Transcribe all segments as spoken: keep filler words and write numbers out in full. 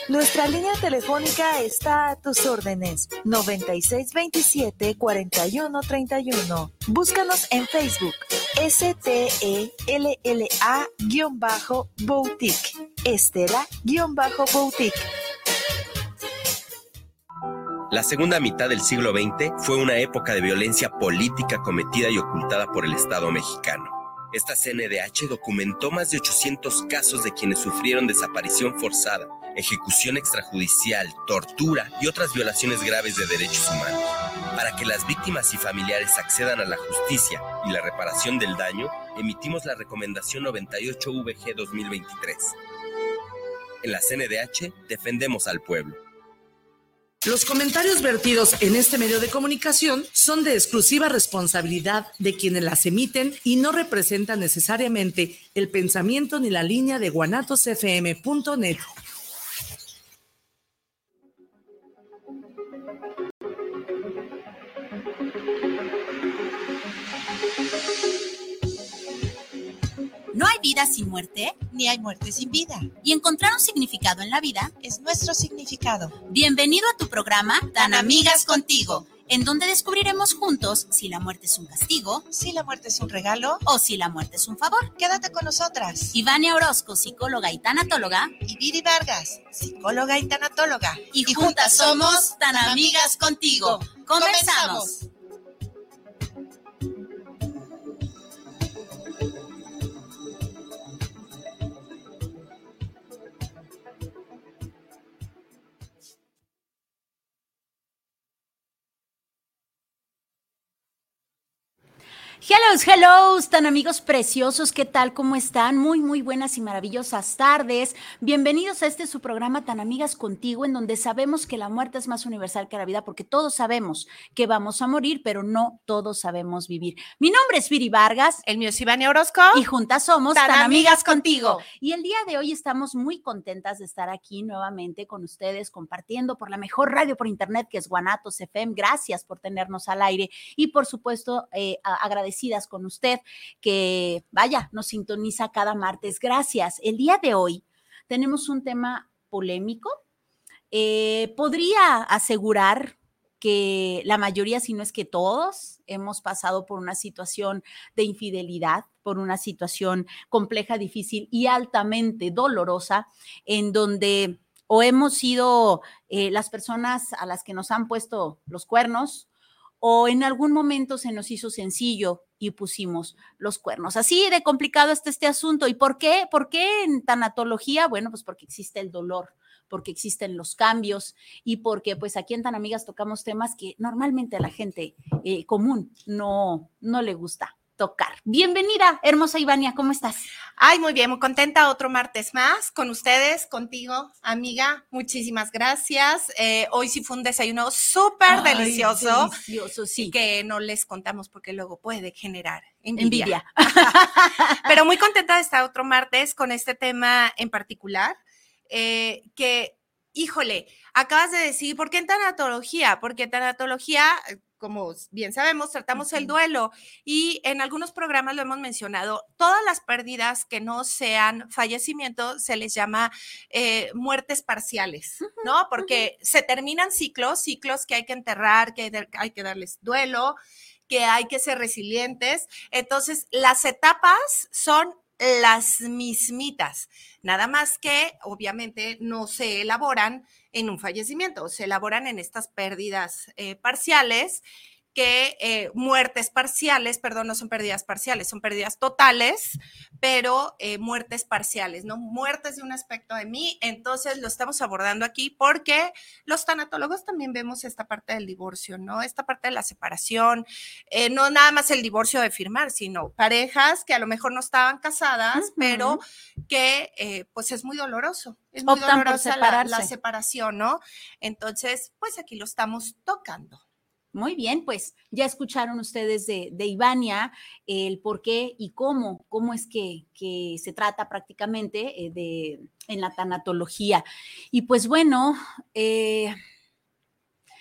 Nuestra línea telefónica está a tus órdenes, noventa y seis veintisiete, cuarenta y uno treinta y uno. Búscanos en Facebook, S T E L L A-Boutique, Estela-Boutique. La segunda mitad del siglo veinte fue una época de violencia política cometida y ocultada por el Estado mexicano. Esta C N D H documentó más de ochocientos casos de quienes sufrieron desaparición forzada, ejecución extrajudicial, tortura y otras violaciones graves de derechos humanos. Para que las víctimas y familiares accedan a la justicia y la reparación del daño, emitimos la Recomendación noventa y ocho V G dos mil veintitrés. En la C N D H defendemos al pueblo. Los comentarios vertidos en este medio de comunicación son de exclusiva responsabilidad de quienes las emiten y no representan necesariamente el pensamiento ni la línea de guanatos f m punto net. No hay vida sin muerte, ni hay muerte sin vida. Y encontrar un significado en la vida es nuestro significado. Bienvenido a tu programa Tan Amigas Contigo, en donde descubriremos juntos si la muerte es un castigo, si la muerte es un regalo o si la muerte es un favor. Quédate con nosotras. Ivania Orozco, psicóloga y tanatóloga, y Viri Vargas, psicóloga y tanatóloga. Y, y juntas somos Tan Amigas Contigo. Comenzamos. Hello, hello, tan amigos preciosos, ¿qué tal? ¿Cómo están? Muy, muy buenas y maravillosas tardes. Bienvenidos a este su programa Tan Amigas Contigo, en donde sabemos que la muerte es más universal que la vida, porque todos sabemos que vamos a morir, pero no todos sabemos vivir. Mi nombre es Viri Vargas. El mío es Ivania Orozco. Y juntas somos Tan, Tan Amigas Contigo. Contigo. Y el día de hoy estamos muy contentas de estar aquí nuevamente con ustedes, compartiendo por la mejor radio por internet, que es Guanatos F M. Gracias por tenernos al aire y, por supuesto, eh, agradecidas con usted que, vaya, nos sintoniza cada martes. Gracias. El día de hoy tenemos un tema polémico. Eh, podría asegurar que la mayoría, si no es que todos, hemos pasado por una situación de infidelidad, por una situación compleja, difícil y altamente dolorosa, en donde o hemos sido eh, las personas a las que nos han puesto los cuernos, o en algún momento se nos hizo sencillo y pusimos los cuernos. Así de complicado está este asunto. ¿Y por qué? ¿Por qué en tanatología? Bueno, pues porque existe el dolor, porque existen los cambios y porque pues aquí en Tan Amigas tocamos temas que normalmente a la gente eh, común no, no le gusta tocar. Bienvenida, hermosa Ivania, ¿cómo estás? Ay, muy bien, muy contenta, otro martes más con ustedes, contigo, amiga, muchísimas gracias. Eh, hoy sí fue un desayuno súper delicioso, delicioso, sí. Y que no les contamos porque luego puede generar envidia. envidia. Pero muy contenta de estar otro martes con este tema en particular, eh, que, híjole, acabas de decir, ¿por qué en tanatología? Porque en tanatología, como bien sabemos, tratamos el duelo y en algunos programas lo hemos mencionado, todas las pérdidas que no sean fallecimiento se les llama eh, muertes parciales, ¿no? Porque se terminan ciclos, ciclos que hay que enterrar, que hay, de, hay que darles duelo, que hay que ser resilientes. Entonces, las etapas son las mismitas, nada más que obviamente no se elaboran en un fallecimiento, se elaboran en estas pérdidas eh, parciales, que eh, muertes parciales, perdón, no son pérdidas parciales, son pérdidas totales, pero eh, muertes parciales, ¿no? Muertes de un aspecto de mí. Entonces lo estamos abordando aquí porque los tanatólogos también vemos esta parte del divorcio, ¿no? Esta parte de la separación, eh, no nada más el divorcio de firmar, sino parejas que a lo mejor no estaban casadas, uh-huh. pero que eh, pues es muy doloroso. Es muy Optan dolorosa por la, la separación, ¿no? Entonces, pues aquí lo estamos tocando. Muy bien, pues ya escucharon ustedes de, de Ivania el por qué y cómo, cómo es que, que se trata prácticamente eh, de, en la tanatología. Y pues bueno, eh,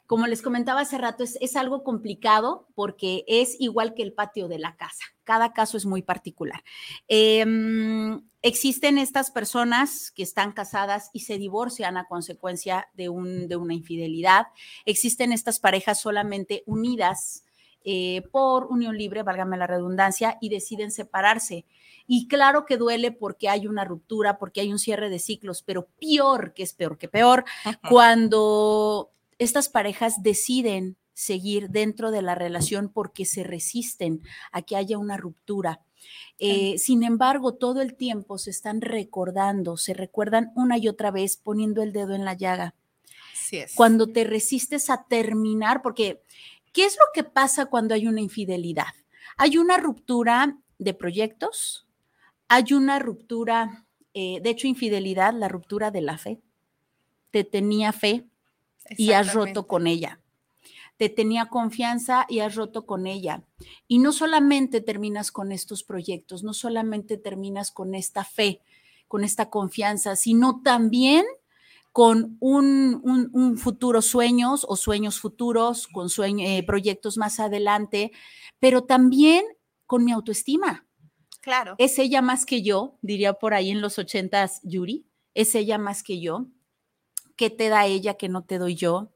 como les comentaba hace rato, es, es algo complicado porque es igual que el patio de la casa. Cada caso es muy particular. Eh, existen estas personas que están casadas y se divorcian a consecuencia de, un, de una infidelidad. Existen estas parejas solamente unidas eh, por unión libre, válgame la redundancia, y deciden separarse. Y claro que duele porque hay una ruptura, porque hay un cierre de ciclos, pero peor, que es peor que peor, uh-huh. cuando estas parejas deciden seguir dentro de la relación porque se resisten a que haya una ruptura. Eh, sin embargo, todo el tiempo se están recordando, se recuerdan una y otra vez poniendo el dedo en la llaga. Así es. Cuando te resistes a terminar, porque ¿qué es lo que pasa cuando hay una infidelidad? Hay una ruptura de proyectos, hay una ruptura, eh, de hecho, infidelidad, la ruptura de la fe. Te tenía fe y has roto con ella. Te tenía confianza y has roto con ella. Y no solamente terminas con estos proyectos, no solamente terminas con esta fe, con esta confianza, sino también con un, un, un futuro sueños o sueños futuros, con sueño, eh, proyectos más adelante, pero también con mi autoestima. Claro. Es ella más que yo, diría por ahí en los ochentas Yuri, es ella más que yo. ¿Qué te da ella que no te doy yo?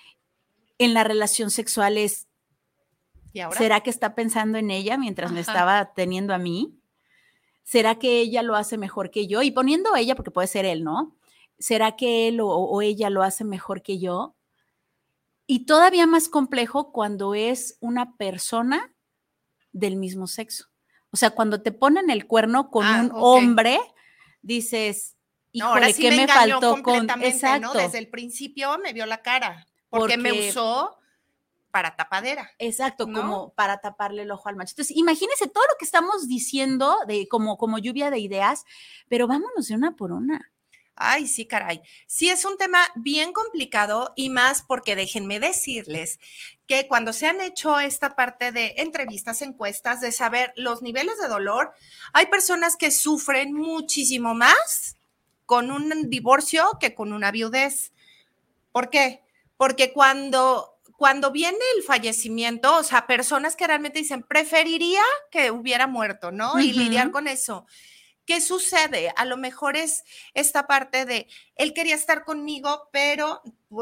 En la relación sexual es, ¿y ahora? ¿Será que está pensando en ella mientras Ajá. me estaba teniendo a mí? ¿Será que ella lo hace mejor que yo? Y poniendo a ella, porque puede ser él, ¿no? ¿Será que él o, o ella lo hace mejor que yo? Y todavía más complejo cuando es una persona del mismo sexo. O sea, cuando te ponen el cuerno con ah, un okay. hombre, dices, híjole, no, ahora sí ¿qué me, me faltó con...? Exacto. ¿no? Desde el principio me vio la cara, porque, porque me usó para tapadera. Exacto, ¿no? como para taparle el ojo al macho. Entonces, imagínense todo lo que estamos diciendo de como, como lluvia de ideas, pero vámonos de una por una. Ay, sí, caray. Sí, es un tema bien complicado y más porque déjenme decirles que cuando se han hecho esta parte de entrevistas, encuestas, de saber los niveles de dolor, hay personas que sufren muchísimo más con un divorcio que con una viudez. ¿Por qué? Porque cuando, cuando viene el fallecimiento, o sea, personas que realmente dicen, preferiría que hubiera muerto, ¿no? Uh-huh. Y lidiar con eso. ¿Qué sucede? A lo mejor es esta parte de, él quería estar conmigo, pero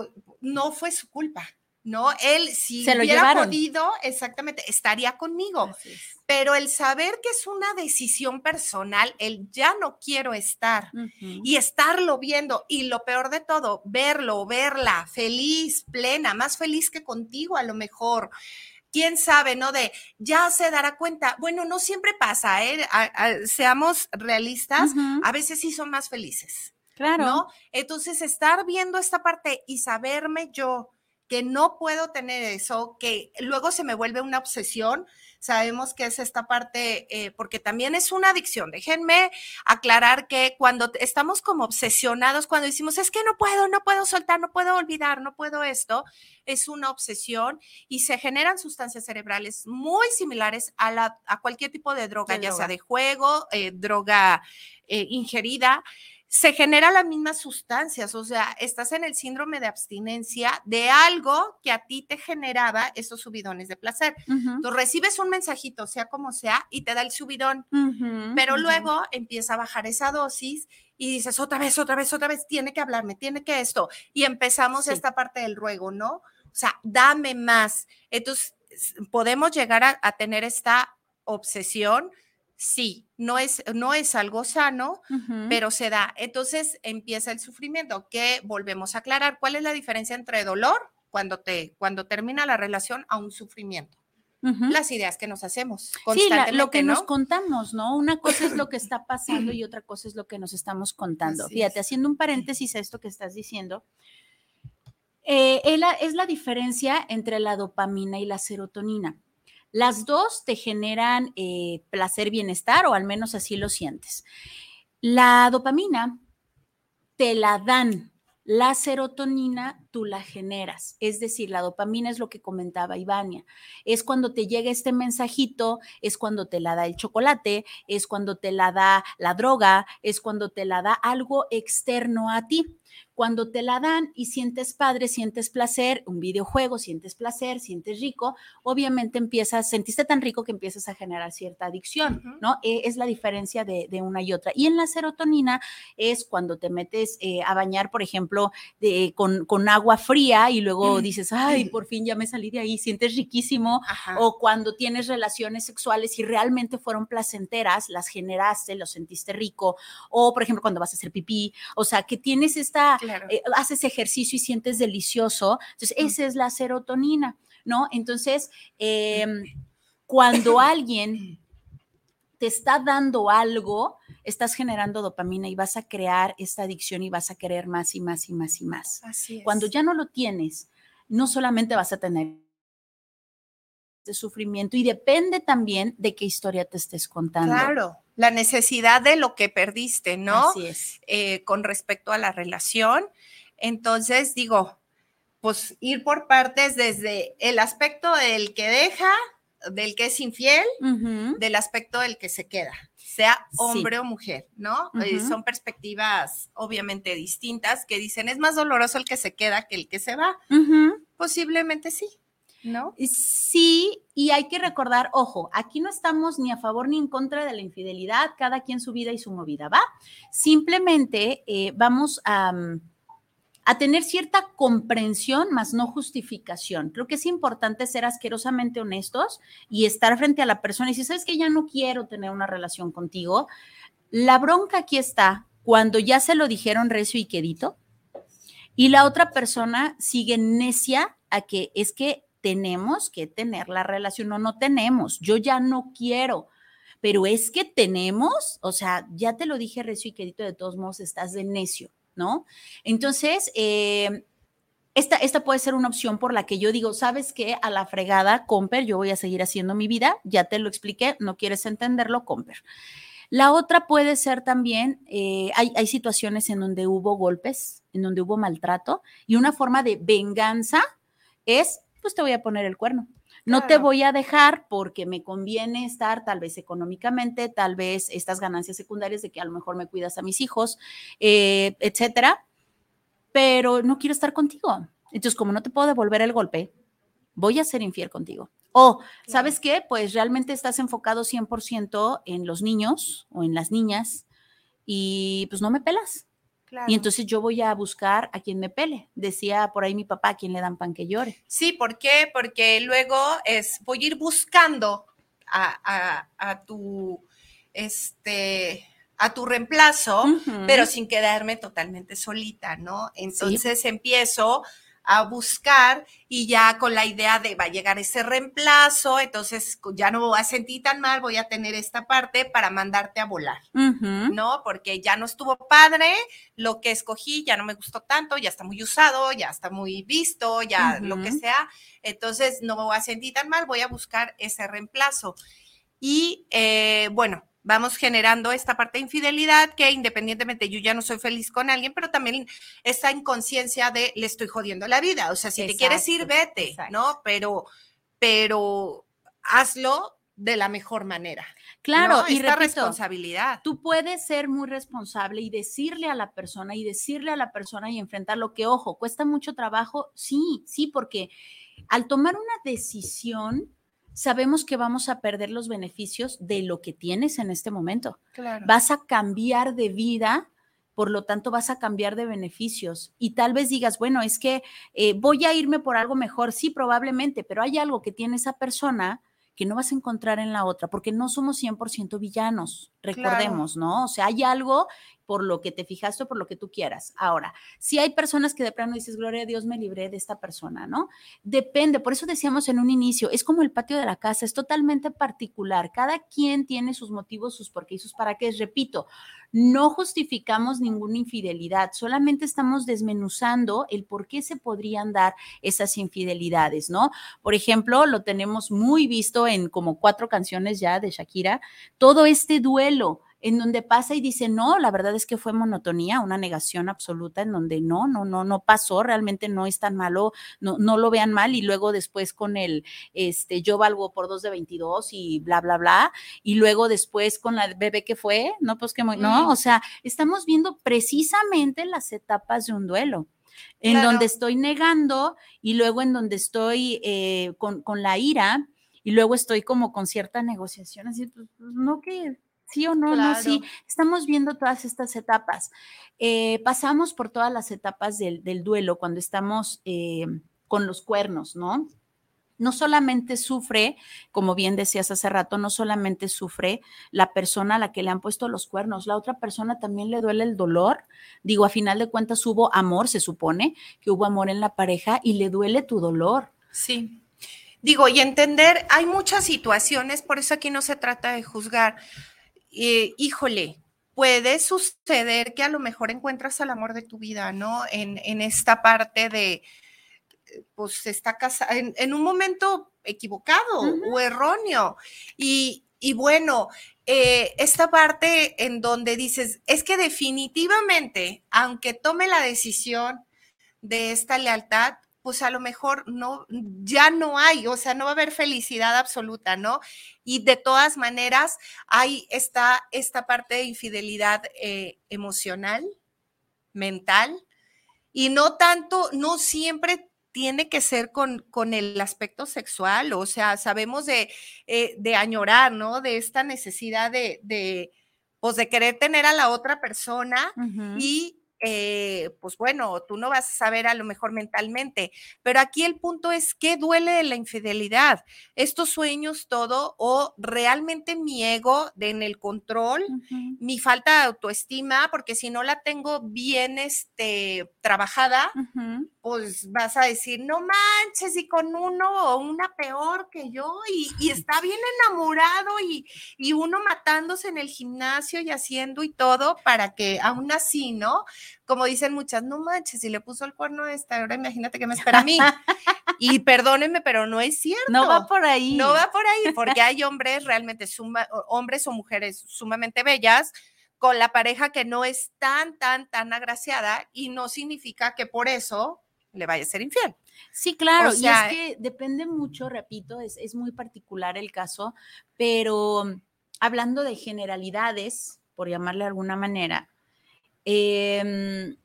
no fue su culpa, ¿no? Él, si Se lo hubiera llevaron. podido, exactamente, estaría conmigo. Pero el saber que es una decisión personal, el ya no quiero estar uh-huh. y estarlo viendo, y lo peor de todo, verlo, verla feliz, plena, más feliz que contigo a lo mejor. ¿Quién sabe, no? De ya se dará cuenta. Bueno, no siempre pasa, ¿eh? A, a, seamos realistas, uh-huh. a veces sí son más felices. Claro. ¿No? Entonces, estar viendo esta parte y saberme yo que no puedo tener eso, que luego se me vuelve una obsesión, sabemos que es esta parte, eh, porque también es una adicción. Déjenme aclarar que cuando estamos como obsesionados, cuando decimos, es que no puedo, no puedo soltar, no puedo olvidar, no puedo esto, es una obsesión y se generan sustancias cerebrales muy similares a, la, a cualquier tipo de droga, de ya droga. sea de juego, eh, droga eh, ingerida. Se generan las mismas sustancias, o sea, estás en el síndrome de abstinencia de algo que a ti te generaba esos subidones de placer. Uh-huh. Tú recibes un mensajito, sea como sea, y te da el subidón, uh-huh, pero uh-huh. luego empieza a bajar esa dosis y dices, otra vez, otra vez, otra vez, tiene que hablarme, tiene que esto, y empezamos sí. esta parte del ruego, ¿no? O sea, dame más. Entonces, podemos llegar a, a tener esta obsesión. Sí, no es, no es algo sano, uh-huh. pero se da. Entonces empieza el sufrimiento, que volvemos a aclarar. ¿Cuál es la diferencia entre dolor cuando, te, cuando termina la relación a un sufrimiento? Uh-huh. Las ideas que nos hacemos constantemente, sí, la, lo que ¿no? nos contamos, ¿no? Una cosa es lo que está pasando y otra cosa es lo que nos estamos contando. Así Fíjate, es. haciendo un paréntesis a esto que estás diciendo, eh, es la diferencia entre la dopamina y la serotonina. Las dos te generan eh, placer, bienestar, o al menos así lo sientes. La dopamina te la dan, la serotonina tú la generas. Es decir, la dopamina es lo que comentaba Ivania. Es cuando te llega este mensajito, es cuando te la da el chocolate, es cuando te la da la droga, es cuando te la da algo externo a ti. Cuando te la dan y sientes padre, sientes placer, un videojuego, sientes placer, sientes rico, obviamente empiezas, sentiste tan rico que empiezas a generar cierta adicción, uh-huh. ¿no? Eh, es la diferencia de, de una y otra. Y en la serotonina es cuando te metes eh, a bañar, por ejemplo, de, con, con agua fría y luego dices, ay, por fin ya me salí de ahí, sientes riquísimo. Ajá. O cuando tienes relaciones sexuales y realmente fueron placenteras, las generaste, lo sentiste rico. O, por ejemplo, cuando vas a hacer pipí, o sea, que tienes esta... Claro. Eh, haces ejercicio y sientes delicioso, entonces esa es la serotonina, ¿no? Entonces, eh, cuando alguien te está dando algo, estás generando dopamina y vas a crear esta adicción y vas a querer más y más y más y más. Así es. Cuando ya no lo tienes, no solamente vas a tener de sufrimiento y depende también de qué historia te estés contando. Claro, la necesidad de lo que perdiste, ¿no? Así es. Eh, con respecto a la relación. Entonces, digo, pues ir por partes desde el aspecto del que deja, del que es infiel, uh-huh. del aspecto del que se queda, sea hombre sí. o mujer, ¿no? Uh-huh. Eh, son perspectivas obviamente distintas que dicen, es más doloroso el que se queda que el que se va. Uh-huh. Posiblemente sí. ¿No? Sí, y hay que recordar, ojo, aquí no estamos ni a favor ni en contra de la infidelidad, cada quien su vida y su movida, ¿va? Simplemente eh, vamos a, a tener cierta comprensión, más no justificación. Creo que es importante ser asquerosamente honestos y estar frente a la persona y si sabes que ya no quiero tener una relación contigo, la bronca aquí está cuando ya se lo dijeron recio y quedito y la otra persona sigue necia a que es que tenemos que tener la relación o no tenemos, yo ya no quiero, pero es que tenemos, o sea, ya te lo dije recio y quedito, de todos modos estás de necio, ¿no? Entonces, eh, esta, esta puede ser una opción por la que yo digo, ¿sabes qué? A la fregada, Comper, yo voy a seguir haciendo mi vida, ya te lo expliqué, no quieres entenderlo, Comper. La otra puede ser también, eh, hay, hay situaciones en donde hubo golpes, en donde hubo maltrato, y una forma de venganza es, pues te voy a poner el cuerno. No claro. te voy a dejar porque me conviene estar tal vez económicamente, tal vez estas ganancias secundarias de que a lo mejor me cuidas a mis hijos, eh, etcétera, pero no quiero estar contigo. Entonces, como no te puedo devolver el golpe, voy a ser infiel contigo. O, claro. ¿sabes qué? Pues realmente estás enfocado cien por ciento en los niños o en las niñas y pues no me pelas. Claro. Y entonces yo voy a buscar a quien me pele. Decía por ahí mi papá, a quien le dan pan que llore. Sí, ¿por qué? Porque luego es, voy a ir buscando a, a, a tu, este, a tu reemplazo, uh-huh. pero sin quedarme totalmente solita, ¿no? Entonces sí. empiezo a buscar y ya con la idea de va a llegar ese reemplazo, entonces ya no me voy a sentir tan mal, voy a tener esta parte para mandarte a volar, uh-huh. ¿no? Porque ya no estuvo padre, lo que escogí ya no me gustó tanto, ya está muy usado, ya está muy visto, ya uh-huh. lo que sea, entonces no me voy a sentir tan mal, voy a buscar ese reemplazo. Y eh, bueno, vamos generando esta parte de infidelidad que independientemente yo ya no soy feliz con alguien, pero también esta inconsciencia de le estoy jodiendo la vida. O sea, si exacto, te quieres ir, vete, exacto. ¿no? Pero, pero hazlo de la mejor manera. Claro, ¿no? y esta repito, responsabilidad. Tú puedes ser muy responsable y decirle a la persona y decirle a la persona y enfrentar lo que, ojo, cuesta mucho trabajo. Sí, sí, porque al tomar una decisión sabemos que vamos a perder los beneficios de lo que tienes en este momento. Claro. Vas a cambiar de vida, por lo tanto vas a cambiar de beneficios y tal vez digas, bueno, es que eh, voy a irme por algo mejor, sí, probablemente, pero hay algo que tiene esa persona que no vas a encontrar en la otra, porque no somos cien por ciento villanos, recordemos, claro. ¿no? O sea, hay algo por lo que te fijaste o por lo que tú quieras. Ahora, si hay personas que de plano dices, gloria a Dios, me libré de esta persona, ¿no? Depende, por eso decíamos en un inicio, es como el patio de la casa, es totalmente particular, cada quien tiene sus motivos, sus por qué y sus para qué. Repito, no justificamos ninguna infidelidad, solamente estamos desmenuzando el por qué se podrían dar esas infidelidades, ¿no? Por ejemplo, lo tenemos muy visto en como cuatro canciones ya de Shakira, todo este duelo en donde pasa y dice, no, la verdad es que fue monotonía, una negación absoluta, en donde no, no, no, no pasó, realmente no es tan malo, no, no lo vean mal, y luego después con el, este, yo valgo por dos de veintidós y bla, bla, bla, y luego después con la bebé que fue, no, pues que, muy, no, o sea, estamos viendo precisamente las etapas de un duelo. En claro. donde estoy negando y luego en donde estoy eh, con, con la ira y luego estoy como con cierta negociación, así, pues, no, que sí o no, claro. no, sí. Estamos viendo todas estas etapas. Eh, pasamos por todas las etapas del, del duelo cuando estamos eh, con los cuernos, ¿no? No solamente sufre, como bien decías hace rato, no solamente sufre la persona a la que le han puesto los cuernos, la otra persona también le duele el dolor. Digo, a final de cuentas hubo amor, se supone que hubo amor en la pareja y le duele tu dolor. Sí. Digo, y entender, hay muchas situaciones, por eso aquí no se trata de juzgar. Eh, híjole, puede suceder que a lo mejor encuentras al amor de tu vida, ¿no? En, en esta parte de pues está casada en, en un momento equivocado uh-huh. o erróneo. Y, y bueno, eh, esta parte en donde dices, es que definitivamente, aunque tome la decisión de esta lealtad, pues a lo mejor no, ya no hay, o sea, no va a haber felicidad absoluta, ¿no? Y de todas maneras, hay esta, esta parte de infidelidad eh, emocional, mental, y no tanto, no siempre tiene que ser con, con el aspecto sexual, o sea, sabemos de, eh, de añorar, ¿no? De esta necesidad de, de, pues de querer tener a la otra persona uh-huh. y, eh, pues bueno, tú no vas a saber a lo mejor mentalmente, pero aquí el punto es, ¿qué duele de la infidelidad? ¿Estos sueños todo o realmente mi ego de, en el control, uh-huh. mi falta de autoestima, porque si no la tengo bien este, trabajada, uh-huh. pues vas a decir, no manches, y con uno o una peor que yo, y, y está bien enamorado, y, y uno matándose en el gimnasio y haciendo y todo, para que aún así, ¿no? Como dicen muchas, no manches, si le puso el cuerno a esta, ahora imagínate qué me espera a mí. Y perdónenme, pero no es cierto. No va por ahí. No va por ahí, porque hay hombres realmente, suma, hombres o mujeres sumamente bellas, con la pareja que no es tan, tan, tan agraciada, y no significa que por eso le vaya a ser infiel. Sí, claro, o sea, y es que depende mucho, repito, es, es muy particular el caso, pero hablando de generalidades, por llamarle de alguna manera, eh,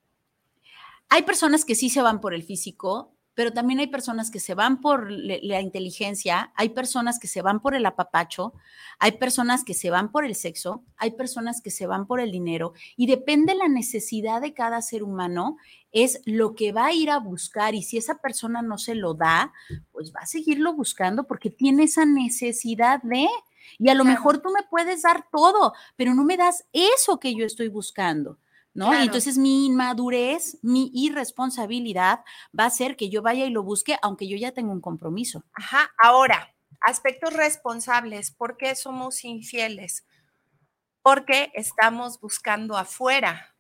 hay personas que sí se van por el físico, pero también hay personas que se van por le, la inteligencia, hay personas que se van por el apapacho, hay personas que se van por el sexo, hay personas que se van por el dinero, y depende la necesidad de cada ser humano, es lo que va a ir a buscar, y si esa persona no se lo da, pues va a seguirlo buscando porque tiene esa necesidad de, y a lo claro. mejor tú me puedes dar todo, pero no me das eso que yo estoy buscando. ¿No? Claro. Y entonces mi inmadurez, mi irresponsabilidad va a hacer que yo vaya y lo busque, aunque yo ya tengo un compromiso. Ajá, ahora, aspectos responsables, ¿por qué somos infieles? Porque estamos buscando afuera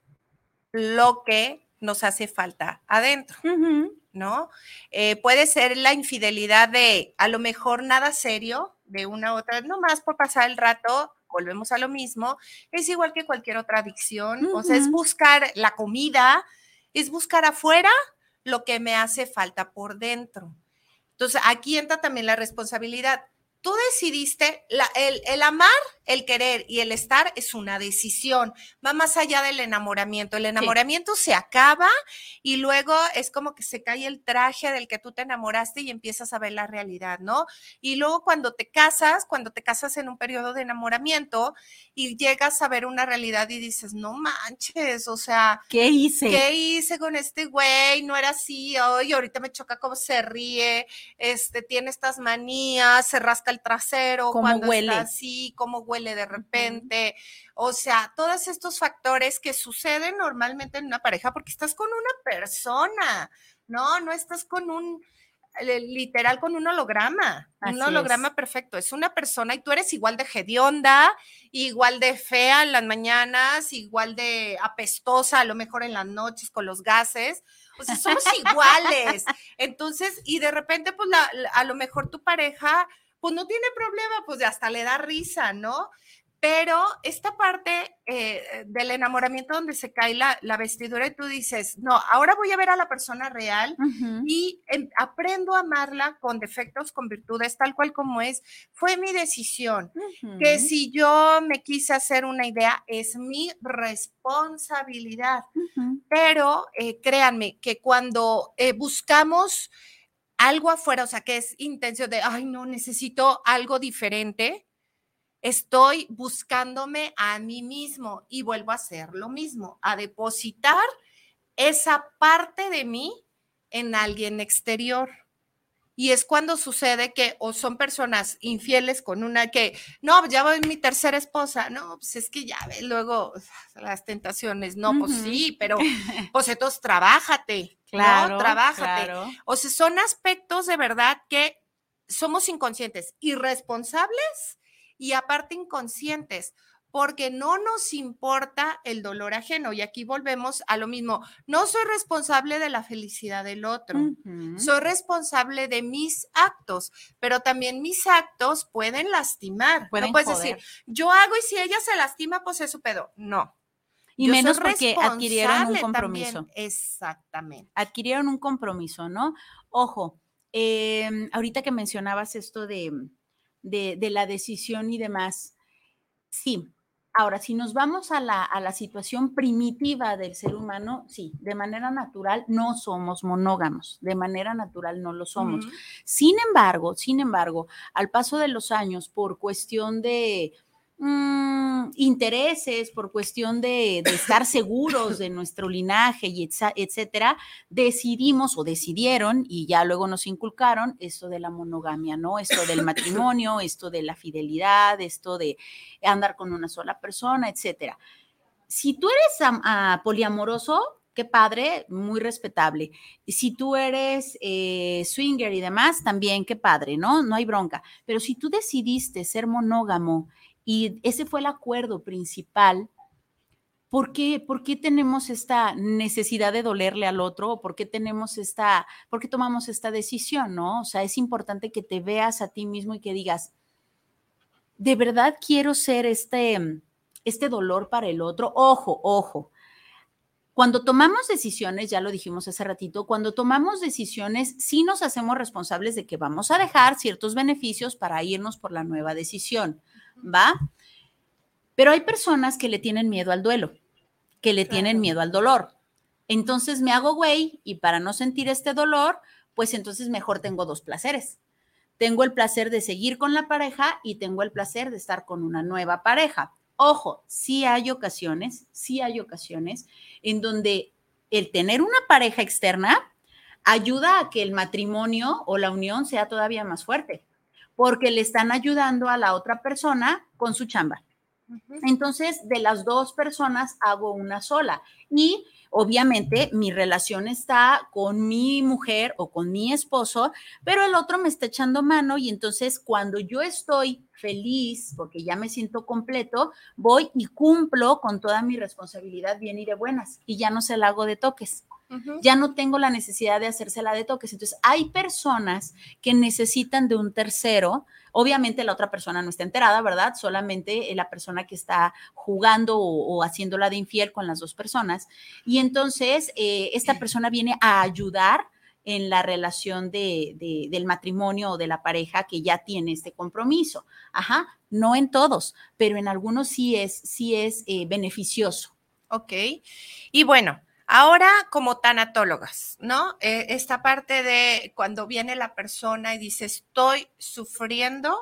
lo que nos hace falta adentro, uh-huh. ¿no? Eh, puede ser la infidelidad de, a lo mejor nada serio, de una u otra, nomás por pasar el rato, volvemos a lo mismo, es igual que cualquier otra adicción, uh-huh. o sea, es buscar la comida, es buscar afuera lo que me hace falta por dentro. Entonces, aquí entra también la responsabilidad. Tú decidiste, la, el, el amar, el querer y el estar es una decisión, va más allá del enamoramiento. El enamoramiento sí. se acaba y luego es como que se cae el traje del que tú te enamoraste y empiezas a ver la realidad, ¿no? Y luego cuando te casas, cuando te casas en un periodo de enamoramiento y llegas a ver una realidad y dices, no manches, o sea, ¿qué hice? ¿Qué hice con este güey? No era así, hoy ahorita me choca cómo se ríe, este, tiene estas manías, se rasca el trasero, ¿Cómo cuando huele? Está así, cómo huele de repente, uh-huh. o sea, todos estos factores que suceden normalmente en una pareja porque estás con una persona, ¿no? No estás con un, literal, con un holograma, así un holograma es. Perfecto, es una persona y tú eres igual de hedionda, igual de fea en las mañanas, igual de apestosa a lo mejor en las noches con los gases, o sea, somos iguales, entonces, y de repente, pues, la, la, a lo mejor tu pareja pues no tiene problema, pues hasta le da risa, ¿no? Pero esta parte eh, del enamoramiento donde se cae la, la vestidura y tú dices, no, ahora voy a ver a la persona real uh-huh. y eh, aprendo a amarla con defectos, con virtudes, tal cual como es, fue mi decisión. Uh-huh. Que si yo me quise hacer una idea, es mi responsabilidad. Uh-huh. Pero eh, créanme que cuando eh, buscamos algo afuera, o sea, que es intención de, ay, no, necesito algo diferente, estoy buscándome a mí mismo y vuelvo a hacer lo mismo, a depositar esa parte de mí en alguien exterior. Y es cuando sucede que o son personas infieles con una que, no, ya voy mi tercera esposa, no, pues es que ya ve luego las tentaciones, no, uh-huh. pues sí, pero pues entonces trabájate, claro, ¿no? Trabájate. Claro. O sea, son aspectos de verdad que somos inconscientes, irresponsables y aparte inconscientes, porque no nos importa el dolor ajeno. Y aquí volvemos a lo mismo. No soy responsable de la felicidad del otro. Uh-huh. Soy responsable de mis actos, pero también mis actos pueden lastimar. Pueden no puedes joder. decir, yo hago y si ella se lastima, pues es su pedo. No. Y yo menos porque adquirieron un compromiso. También. Exactamente. Adquirieron un compromiso, ¿no? Ojo, eh, ahorita que mencionabas esto de... De, de la decisión y demás. Sí, ahora, si nos vamos a la, a la situación primitiva del ser humano, sí, de manera natural no somos monógamos, de manera natural no lo somos. Uh-huh. Sin embargo, sin embargo, al paso de los años, por cuestión de mmm, intereses, por cuestión de, de estar seguros de nuestro linaje y etcétera, decidimos o decidieron y ya luego nos inculcaron esto de la monogamia, ¿no? Esto del matrimonio, esto de la fidelidad, esto de andar con una sola persona, etcétera. Si tú eres um, uh, poliamoroso, qué padre, muy respetable. Si tú eres eh, swinger y demás, también qué padre, ¿no? No hay bronca. Pero si tú decidiste ser monógamo y ese fue el acuerdo principal, ¿por qué, ¿por qué tenemos esta necesidad de dolerle al otro? ¿Por qué tenemos esta, por qué tomamos esta decisión, no? O sea, es importante que te veas a ti mismo y que digas, ¿de verdad quiero ser este, este dolor para el otro? Ojo, ojo. Cuando tomamos decisiones, ya lo dijimos hace ratito, cuando tomamos decisiones, sí nos hacemos responsables de que vamos a dejar ciertos beneficios para irnos por la nueva decisión, ¿va? Pero hay personas que le tienen miedo al duelo, que le claro. tienen miedo al dolor. Entonces me hago güey y para no sentir este dolor, pues entonces mejor tengo dos placeres. Tengo el placer de seguir con la pareja y tengo el placer de estar con una nueva pareja. Ojo, sí hay ocasiones, sí hay ocasiones en donde el tener una pareja externa ayuda a que el matrimonio o la unión sea todavía más fuerte, porque le están ayudando a la otra persona con su chamba. Entonces, de las dos personas hago una sola y obviamente mi relación está con mi mujer o con mi esposo, pero el otro me está echando mano y entonces cuando yo estoy feliz porque ya me siento completo, voy y cumplo con toda mi responsabilidad bien y de buenas y ya no se la hago de toques. Uh-huh. Ya no tengo la necesidad de hacérsela de toques. Entonces, hay personas que necesitan de un tercero. Obviamente, la otra persona no está enterada, ¿verdad? Solamente la persona que está jugando o, o haciéndola de infiel con las dos personas. Y entonces, eh, esta persona viene a ayudar en la relación de, de, del matrimonio o de la pareja que ya tiene este compromiso. Ajá, no en todos, pero en algunos sí es, sí es eh, beneficioso. Ok, y bueno, ahora como tanatólogas, ¿no? Eh, esta parte de cuando viene la persona y dice, estoy sufriendo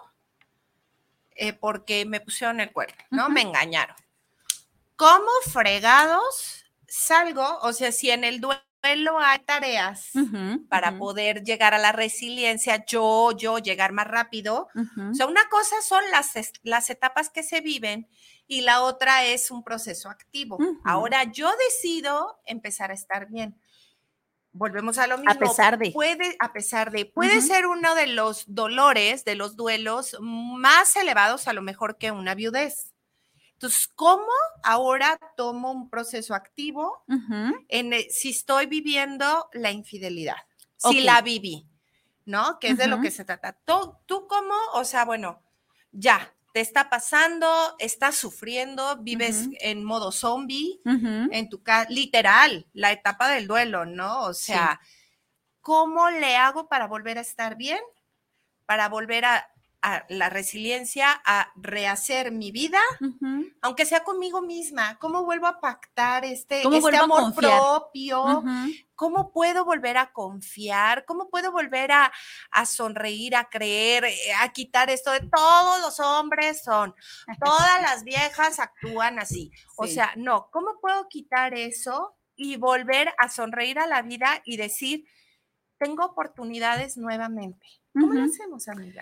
eh, porque me pusieron el cuerno, ¿no? Uh-huh. Me engañaron. ¿Cómo fregados salgo? O sea, si en el duelo hay tareas uh-huh, para uh-huh. poder llegar a la resiliencia, yo, yo, llegar más rápido. Uh-huh. O sea, una cosa son las, las etapas que se viven y la otra es un proceso activo. Uh-huh. Ahora yo decido empezar a estar bien. Volvemos a lo mismo. A pesar de. Puede, a pesar de. Puede uh-huh. ser uno de los dolores, de los duelos más elevados a lo mejor que una viudez. Entonces, ¿cómo ahora tomo un proceso activo uh-huh. en el, si estoy viviendo la infidelidad? Okay. Si la viví, ¿no? Que es uh-huh. de lo que se trata. ¿Tú, tú cómo? O sea, bueno, ya, te está pasando, estás sufriendo, vives Ujú. en modo zombie, Ujú. en tu casa, literal, la etapa del duelo, ¿no? O sea, ¿cómo le hago para volver a estar bien? Para volver a, a la resiliencia, a rehacer mi vida, Ujú. aunque sea conmigo misma. ¿Cómo vuelvo a pactar este, ¿Cómo este vuelvo a amor confiar? propio? Ujú. ¿Cómo puedo volver a confiar? ¿Cómo puedo volver a, a sonreír, a creer, eh, a quitar esto de todos los hombres son, todas las viejas actúan así? O Sí. sea, no, ¿cómo puedo quitar eso y volver a sonreír a la vida y decir, tengo oportunidades nuevamente? ¿Cómo lo Ujú. hacemos, amiga?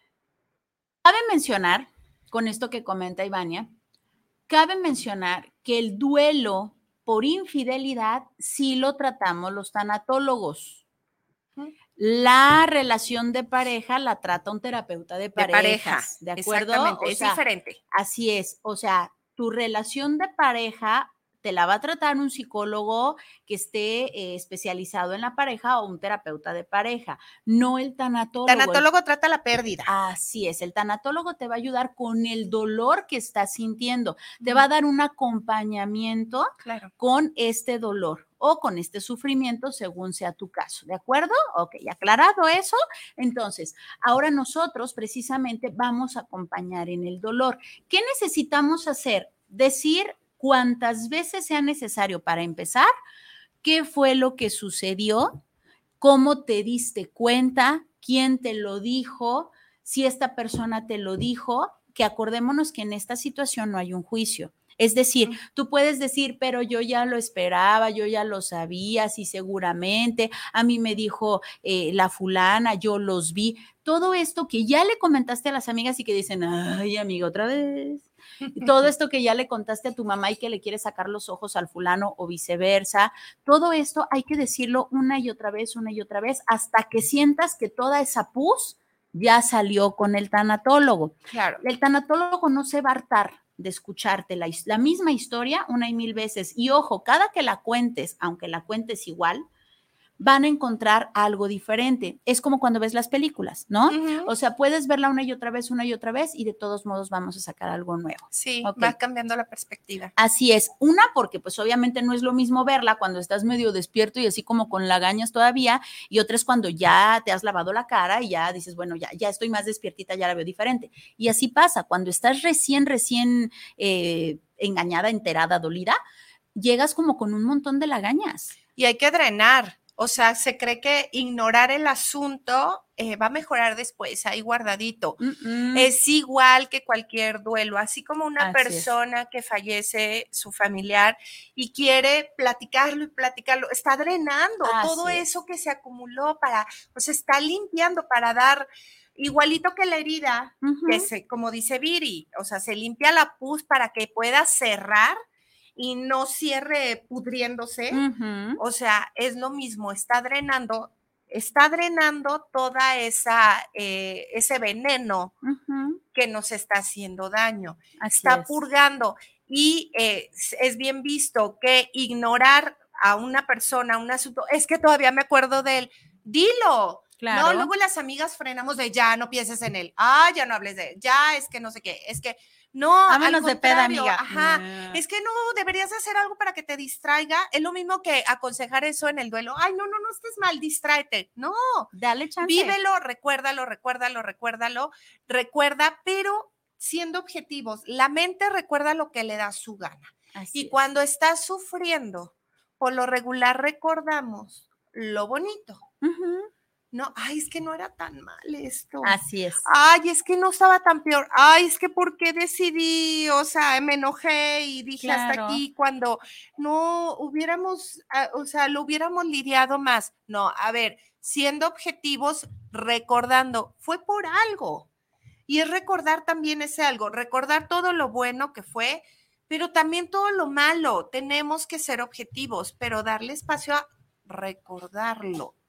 Cabe mencionar, con esto que comenta Ivania, cabe mencionar que el duelo por infidelidad sí lo tratamos los tanatólogos. Ujú. La relación de pareja la trata un terapeuta de De pareja, parejas, ¿de acuerdo? exactamente, O es sea, diferente. así es. O sea, tu relación de pareja te la va a tratar un psicólogo que esté eh, especializado en la pareja o un terapeuta de pareja, no el tanatólogo. El Tanatólogo trata la pérdida. Así es, el tanatólogo te va a ayudar con el dolor que estás sintiendo, te va a dar un acompañamiento Claro. con este dolor o con este sufrimiento según sea tu caso, ¿de acuerdo? Ok, aclarado eso, entonces, ahora nosotros precisamente vamos a acompañar en el dolor. ¿Qué necesitamos hacer? Decir cuántas veces sea necesario para empezar, qué fue lo que sucedió, cómo te diste cuenta, quién te lo dijo, si esta persona te lo dijo, que acordémonos que en esta situación no hay un juicio. Es decir, tú puedes decir, pero yo ya lo esperaba, yo ya lo sabía, sí, seguramente, a mí me dijo eh, la fulana, yo los vi. Todo esto que ya le comentaste a las amigas y que dicen, ay, amiga, otra vez. Todo esto que ya le contaste a tu mamá y que le quieres sacar los ojos al fulano o viceversa. Todo esto hay que decirlo una y otra vez, una y otra vez, hasta que sientas que toda esa pus ya salió con el tanatólogo. Claro. El tanatólogo no se va a hartar de escucharte la, la misma historia una y mil veces. Y ojo, cada que la cuentes, aunque la cuentes igual, van a encontrar algo diferente. Es como cuando ves las películas, ¿no? Uh-huh. O sea, puedes verla una y otra vez, una y otra vez, y de todos modos vamos a sacar algo nuevo. Sí, okay. Va cambiando la perspectiva. Así es. Una, porque pues obviamente no es lo mismo verla cuando estás medio despierto y así como con lagañas todavía, y otra es cuando ya te has lavado la cara y ya dices, bueno, ya, ya estoy más despiertita, ya la veo diferente. Y así pasa, cuando estás recién, recién eh, engañada, enterada, dolida, llegas como con un montón de lagañas. Y hay que drenar. O sea, se cree que ignorar el asunto eh, va a mejorar después, ahí guardadito. Mm-mm. Es igual que cualquier duelo, así como una Así persona es. que fallece su familiar y quiere platicarlo y platicarlo, está drenando Así todo es. eso que se acumuló para, pues está limpiando para dar, igualito que la herida, Uh-huh. que se, como dice Viri, o sea, se limpia la pus para que pueda cerrar y no cierre pudriéndose. Uh-huh. O sea, es lo mismo, está drenando, está drenando toda esa, eh, ese veneno uh-huh. que nos está haciendo daño. Así está es. purgando y eh, es bien visto que ignorar a una persona, un asunto, es que todavía me acuerdo de él, dilo. Claro. No, luego las amigas frenamos de ya, no pienses en él, ah, ya no hables de él, ya es que no sé qué, es que no, vámonos al de peda, contrario, amiga. Ajá, No. es que no, deberías hacer algo para que te distraiga, es lo mismo que aconsejar eso en el duelo, ay, no, no, no estés mal, distráete, no, dale chance. Vívelo, recuérdalo, recuérdalo, recuérdalo, recuerda, pero siendo objetivos, la mente recuerda lo que le da su gana. Así y es. cuando estás sufriendo, por lo regular recordamos lo bonito. Uh-huh. No, ay, es que no era tan mal esto. Así es. Ay, es que no estaba tan peor. Ay, es que ¿por qué decidí? O sea, me enojé y dije claro. hasta aquí cuando no hubiéramos, o sea, lo hubiéramos lidiado más. No, a ver, siendo objetivos, recordando, fue por algo. Y es recordar también ese algo, recordar todo lo bueno que fue, pero también todo lo malo. Tenemos que ser objetivos, pero darle espacio a recordarlo.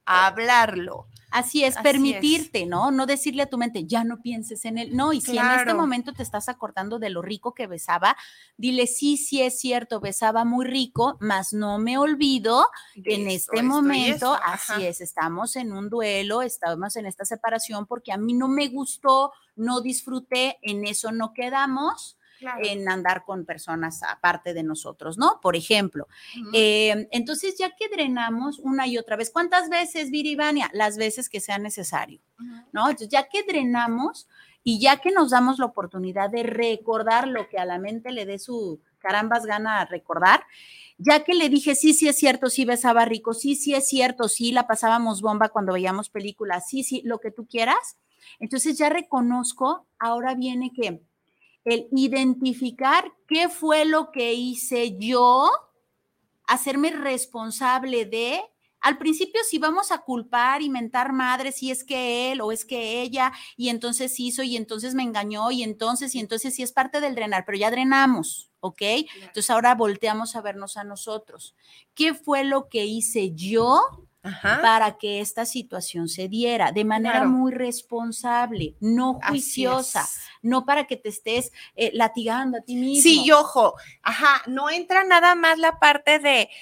a hablarlo. Así es, Así permitirte, es. ¿no? No decirle a tu mente, ya no pienses en él. No, y si en este Claro. momento te estás acordando de lo rico que besaba, dile, sí, sí es cierto, besaba muy rico, mas no me olvido De en esto, este esto y momento, esto, así ajá. es, estamos en un duelo, estamos en esta separación porque a mí no me gustó, no disfruté, en eso no quedamos. Claro. En andar con personas aparte de nosotros, ¿no? Por ejemplo. Ujú. Eh, entonces, ya que drenamos una y otra vez, ¿cuántas veces, Viri y Vania? Las veces que sea necesario, Ujú. ¿no? Entonces, ya que drenamos y ya que nos damos la oportunidad de recordar lo que a la mente le dé su carambas gana a recordar, ya que le dije, sí, sí es cierto, sí besaba rico, sí, sí es cierto, sí la pasábamos bomba cuando veíamos películas, sí, sí, lo que tú quieras, entonces ya reconozco, ahora viene que el identificar qué fue lo que hice yo, hacerme responsable de, al principio si vamos a culpar y mentar madre, si es que él o es que ella, y entonces hizo, y entonces me engañó, y entonces, y entonces sí es parte del drenar, pero ya drenamos, ¿ok? Claro. Entonces ahora volteamos a vernos a nosotros. ¿Qué fue lo que hice yo Ajá. para que esta situación se diera de manera Claro. muy responsable, no Así juiciosa, es. no para que te estés eh, latigando a ti mismo? Sí, y ojo, ajá, no entra nada más la parte de,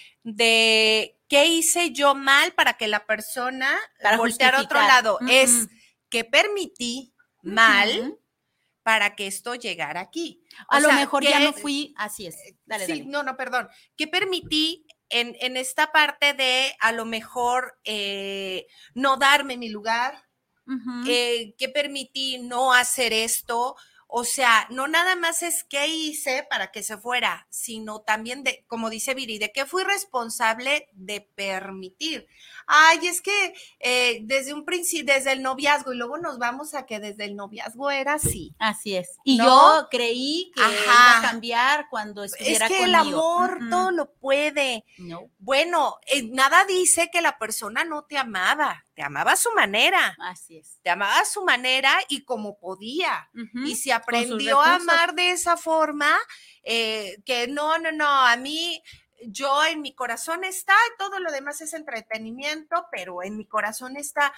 de qué hice yo mal para que la persona Para volteara a otro justificar. lado. Mm, Es mm. que permití mal Ujú. para que esto llegara aquí. O A lo sea, mejor ya no que- fui, así es. Dale, sí, dale. no, no, perdón. ¿Qué permití en, en esta parte de a lo mejor eh, no darme mi lugar? Ujú. Eh, ¿Qué permití no hacer esto? O sea, no nada más es qué hice para que se fuera, sino también de, como dice Viri, de qué fui responsable de permitir. Ay, es que eh, desde un principio, desde el noviazgo, y luego nos vamos a que desde el noviazgo era así. Así es. Y ¿No? yo creí que Ajá. iba a cambiar cuando Es estuviera que el conmigo. amor Mm, todo mm. lo puede. No, Bueno, eh, nada dice que la persona no te amaba, te amaba a su manera. así es. Te amaba a su manera y como podía. Ujú. Y si Con sus aprendió a recursos. amar de esa forma, eh, que no, no, no, a mí, yo en mi corazón está, y todo lo demás es entretenimiento, pero en mi corazón está,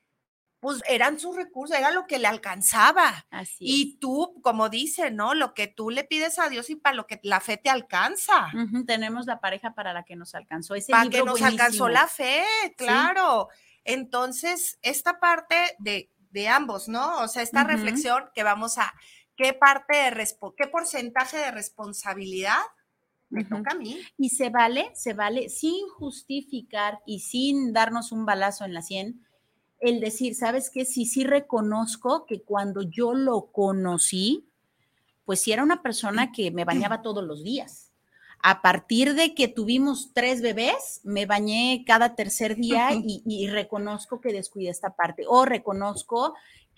pues eran sus recursos, era lo que le alcanzaba. Así Y es. tú, como dice, ¿no? Lo que tú le pides a Dios y para lo que la fe te alcanza. Ujú, tenemos la pareja para la que nos alcanzó. Ese Para libro que nos buenísimo. alcanzó la fe, claro. Entonces, esta parte de, de ambos, ¿no? O sea, esta Ujú. reflexión que vamos a, ¿qué parte de, respo- qué porcentaje de responsabilidad me Ujú. toca a mí? Y se vale, se vale, sin justificar y sin darnos un balazo en la sien, el decir, ¿sabes qué? Sí, sí reconozco que cuando yo lo conocí, pues sí era una persona que me bañaba todos los días. A partir de que tuvimos tres bebés, me bañé cada tercer día y, y reconozco que descuidé esta parte. O reconozco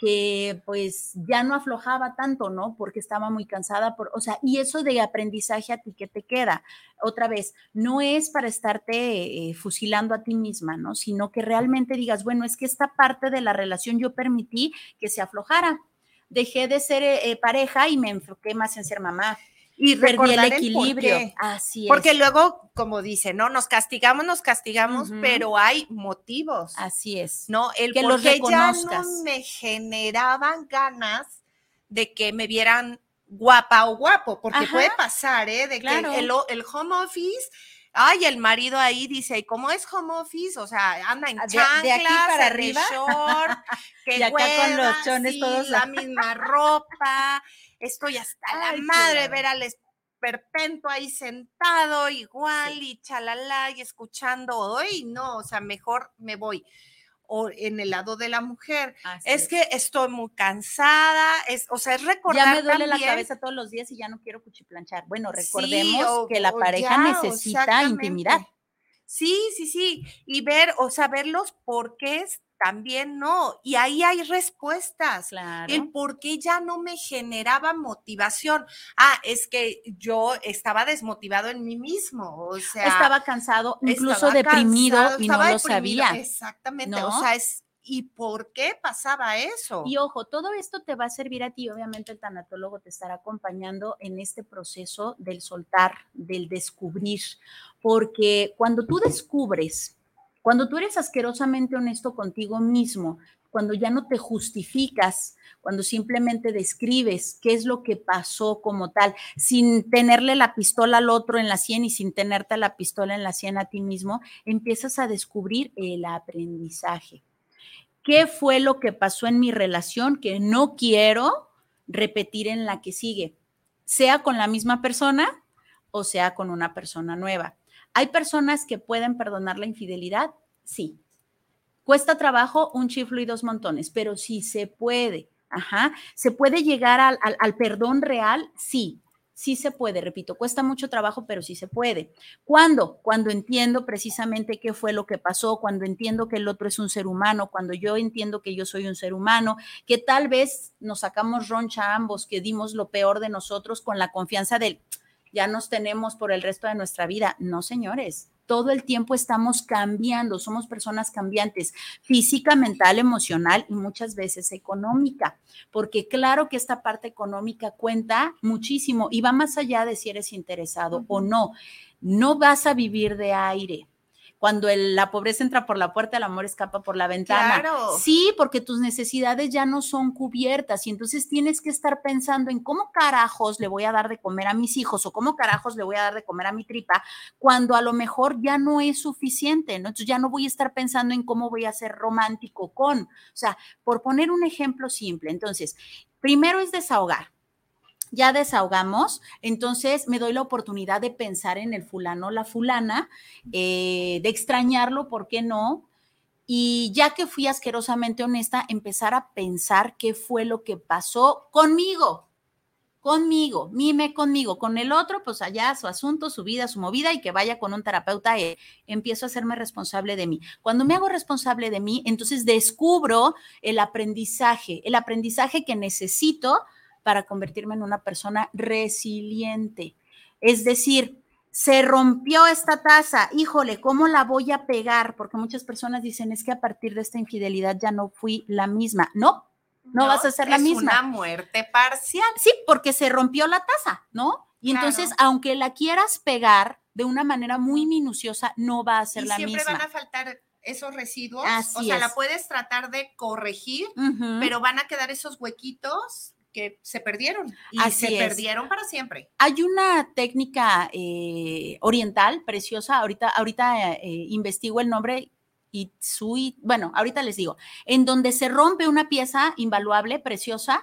que pues ya no aflojaba tanto, ¿no? Porque estaba muy cansada. Por, o sea, y eso de aprendizaje a ti, ¿qué te queda? Otra vez, no es para estarte eh, fusilando a ti misma, ¿no? Sino que realmente digas, bueno, es que esta parte de la relación yo permití que se aflojara. Dejé de ser eh, pareja y me enfoqué más en ser mamá. Y Perdí el recordar el equilibrio. porqué. Así Porque es. luego, como dice, ¿no? Nos castigamos, nos castigamos, Ujú. pero hay motivos. Así es. ¿No? El Que por los qué ya no reconozcas. me generaban ganas de que me vieran guapa o guapo, porque Ajá, puede pasar, ¿eh? De claro. que el, el home office, ay, el marido ahí dice, ¿y cómo es home office? O sea, anda en De- de chanclas, aquí para en el arriba. short, que Y acá con los hueva, chones sí, todos. la misma ropa, estoy hasta la Ay, madre de chulada. ver al esperpento ahí sentado igual Sí. y chalala y escuchando, hoy no, o sea, mejor me voy. O en el lado de la mujer, Así es es. que estoy muy cansada, es, o sea, es Ya recordar me duele también, la cabeza todos los días y ya no quiero cuchiplanchar. Bueno, sí, recordemos o, que la o pareja ya, necesita exactamente. intimidad. Sí, sí, sí, y ver, o sea, ver los porqués también no, y ahí hay respuestas. Claro. El por qué ya no me generaba motivación. Ah, es que yo estaba desmotivado en mí mismo, o sea, Estaba cansado, incluso estaba deprimido cansado, y estaba no lo deprimido. sabía. Exactamente, ¿no? o sea, es, ¿y por qué pasaba eso? Y ojo, todo esto te va a servir a ti, obviamente el tanatólogo te estará acompañando en este proceso del soltar, del descubrir, porque cuando tú descubres Cuando tú eres asquerosamente honesto contigo mismo, cuando ya no te justificas, cuando simplemente describes qué es lo que pasó como tal, sin tenerle la pistola al otro en la sien y sin tenerte la pistola en la sien a ti mismo, empiezas a descubrir el aprendizaje. ¿Qué fue lo que pasó en mi relación que no quiero repetir en la que sigue? Sea con la misma persona o sea con una persona nueva. ¿Hay personas que pueden perdonar la infidelidad? Sí. ¿Cuesta trabajo? Un chiflo y dos montones, pero sí se puede. Ajá. ¿Se puede llegar al, al, al perdón real? Sí. Sí se puede, repito, cuesta mucho trabajo, pero sí se puede. ¿Cuándo? Cuando entiendo precisamente qué fue lo que pasó, cuando entiendo que el otro es un ser humano, cuando yo entiendo que yo soy un ser humano, que tal vez nos sacamos roncha ambos, que dimos lo peor de nosotros con la confianza del ya nos tenemos por el resto de nuestra vida. No, señores, todo el tiempo estamos cambiando, somos personas cambiantes, física, mental, emocional y muchas veces económica, porque claro que esta parte económica cuenta muchísimo y va más allá de si eres interesado uh-huh. o no. No vas a vivir de aire. Cuando el, la pobreza entra por la puerta, el amor escapa por la ventana. Claro. Sí, porque tus necesidades ya no son cubiertas y entonces tienes que estar pensando en cómo carajos le voy a dar de comer a mis hijos o cómo carajos le voy a dar de comer a mi tripa cuando a lo mejor ya no es suficiente, ¿no? Entonces ya no voy a estar pensando en cómo voy a ser romántico con, o sea, por poner un ejemplo simple. Entonces, primero es desahogar. Ya desahogamos, entonces me doy la oportunidad de pensar en el fulano, la fulana, eh, de extrañarlo, ¿por qué no? Y ya que fui asquerosamente honesta, empezar a pensar qué fue lo que pasó conmigo, conmigo, mime conmigo, con el otro, pues allá su asunto, su vida, su movida y que vaya con un terapeuta, eh, empiezo a hacerme responsable de mí. Cuando me hago responsable de mí, entonces descubro el aprendizaje, el aprendizaje que necesito para convertirme en una persona resiliente. Es decir, se rompió esta taza, híjole, ¿cómo la voy a pegar? Porque muchas personas dicen, es que a partir de esta infidelidad ya no fui la misma. No, no, no vas a ser la misma. Es una muerte parcial. Sí, porque se rompió la taza, ¿no? Y claro. Entonces, aunque la quieras pegar de una manera muy minuciosa, no va a ser y la misma. Y siempre van a faltar esos residuos. Así o sea, es. La puedes tratar de corregir, uh-huh. pero van a quedar esos huequitos que se perdieron y Así se es. perdieron para siempre. Hay una técnica eh, oriental preciosa, ahorita, ahorita eh, investigo el nombre, Itsui, bueno, ahorita les digo, en donde se rompe una pieza invaluable, preciosa,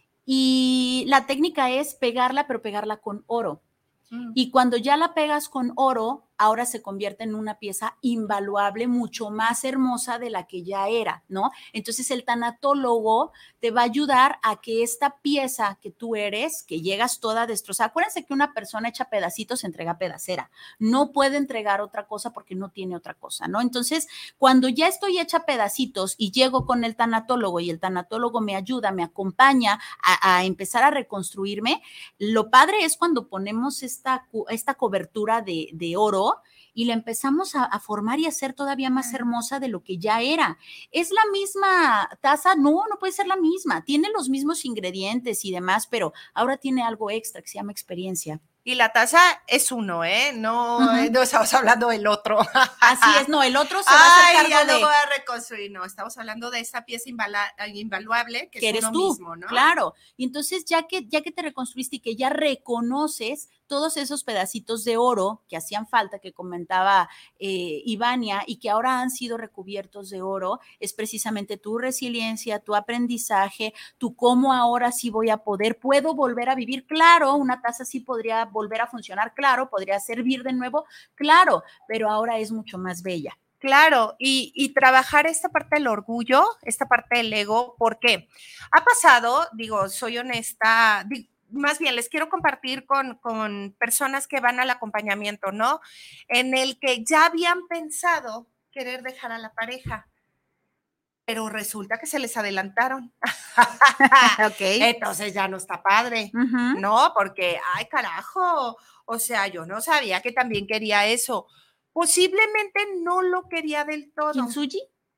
y la técnica es pegarla, pero pegarla con oro. Mm. Y cuando ya la pegas con oro, ahora se convierte en una pieza invaluable, mucho más hermosa de la que ya era, ¿no? Entonces el tanatólogo te va a ayudar a que esta pieza que tú eres, que llegas toda destrozada, acuérdense que una persona hecha pedacitos entrega pedacera, no puede entregar otra cosa porque no tiene otra cosa, ¿no? Entonces, cuando ya estoy hecha pedacitos y llego con el tanatólogo y el tanatólogo me ayuda, me acompaña a, a empezar a reconstruirme, lo padre es cuando ponemos esta, esta cobertura de, de oro y la empezamos a, a formar y a hacer todavía más hermosa de lo que ya era. ¿Es la misma taza? No, no puede ser la misma. Tiene los mismos ingredientes y demás, pero ahora tiene algo extra que se llama experiencia. Y la taza es uno, ¿eh? No, uh-huh. no estamos hablando del otro. Así es, no, el otro se va a hacer cargo ya de... lo voy a reconstruir, no, estamos hablando de esa pieza invala... invaluable que, que es eres uno tú, mismo, ¿no? Claro, y entonces ya que, ya que te reconstruiste y que ya reconoces todos esos pedacitos de oro que hacían falta, que comentaba eh, Ivania, y que ahora han sido recubiertos de oro, es precisamente tu resiliencia, tu aprendizaje, tu cómo ahora sí voy a poder, puedo volver a vivir, claro, una taza sí podría volver a funcionar, claro, podría servir de nuevo, claro, pero ahora es mucho más bella. Claro, y, y trabajar esta parte del orgullo, esta parte del ego, porque ha pasado, digo, soy honesta, digo, más bien les quiero compartir con, con personas que van al acompañamiento, ¿no? En el que ya habían pensado querer dejar a la pareja, pero resulta que se les adelantaron. Okay. Entonces ya no está padre, uh-huh. ¿no? Porque, ay, carajo, o sea, yo no sabía que también quería eso. Posiblemente no lo quería del todo. ¿Kintsugi?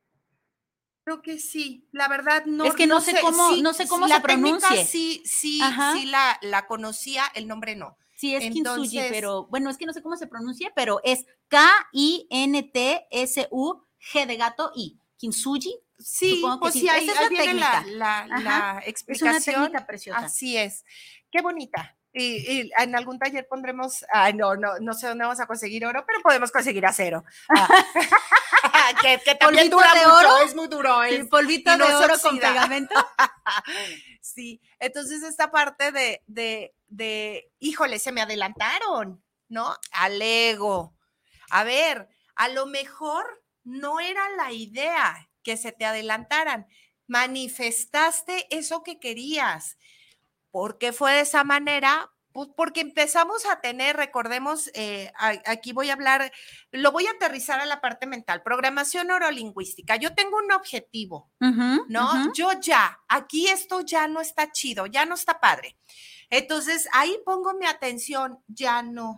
Creo que sí, la verdad no. Es que no, no sé, sé cómo, sí, no sé cómo la se pronuncia. Técnica sí, sí, Ajá. sí la, la conocía, el nombre no. Sí, es Entonces, Kintsugi, pero bueno, es que no sé cómo se pronuncia, pero es K I N T S U G de gato y kintsugi. Sí, Supongo que pues sí. sí, ahí, Esa es ahí la viene la, técnica. la, Ajá. la Es explicación. una técnica preciosa. Así es. Qué bonita. Y, y en algún taller pondremos, ay, no, no, no sé dónde vamos a conseguir oro, pero podemos conseguir acero. Ah. que, que también Polvito dura de mucho, oro. es muy duro. Sí, Es, polvito y no de se oro con oxida. pegamento. Sí, entonces esta parte de, de, de, híjole, se me adelantaron, ¿no? Al ego. A ver, a lo mejor no era la idea que se te adelantaran. Manifestaste eso que querías. ¿Por qué fue de esa manera? Pues porque empezamos a tener, recordemos, eh, aquí voy a hablar, lo voy a aterrizar a la parte mental, programación neurolingüística. Yo tengo un objetivo, Uh-huh, ¿no? uh-huh. Yo ya, aquí esto ya no está chido, ya no está padre. Entonces, ahí pongo mi atención, ya no.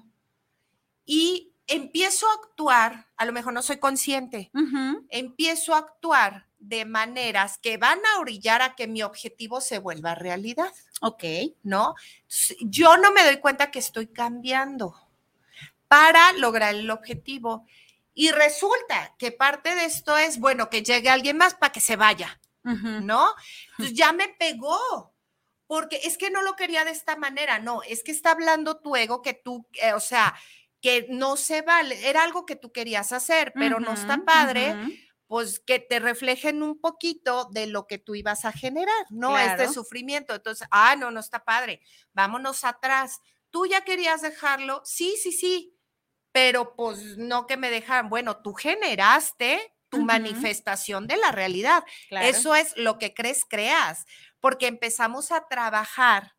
Y empiezo a actuar, a lo mejor no soy consciente, Uh-huh. empiezo a actuar de maneras que van a orillar a que mi objetivo se vuelva realidad. Ok. ¿No? Yo no me doy cuenta que estoy cambiando para lograr el objetivo. Y resulta que parte de esto es, bueno, que llegue alguien más para que se vaya, uh-huh. ¿no? Entonces ya me pegó, porque es que no lo quería de esta manera, no, es que está hablando tu ego que tú, eh, o sea, que no se vale, era algo que tú querías hacer, pero uh-huh, no está padre, uh-huh. pues que te reflejen un poquito de lo que tú ibas a generar, ¿no? Claro. Este sufrimiento. Entonces, ah, no, no está padre, vámonos atrás. ¿Tú ya querías dejarlo? Sí, sí, sí, pero pues no que me dejaran. Bueno, tú generaste tu uh-huh. manifestación de la realidad. Claro. Eso es lo que crees, creas, porque empezamos a trabajar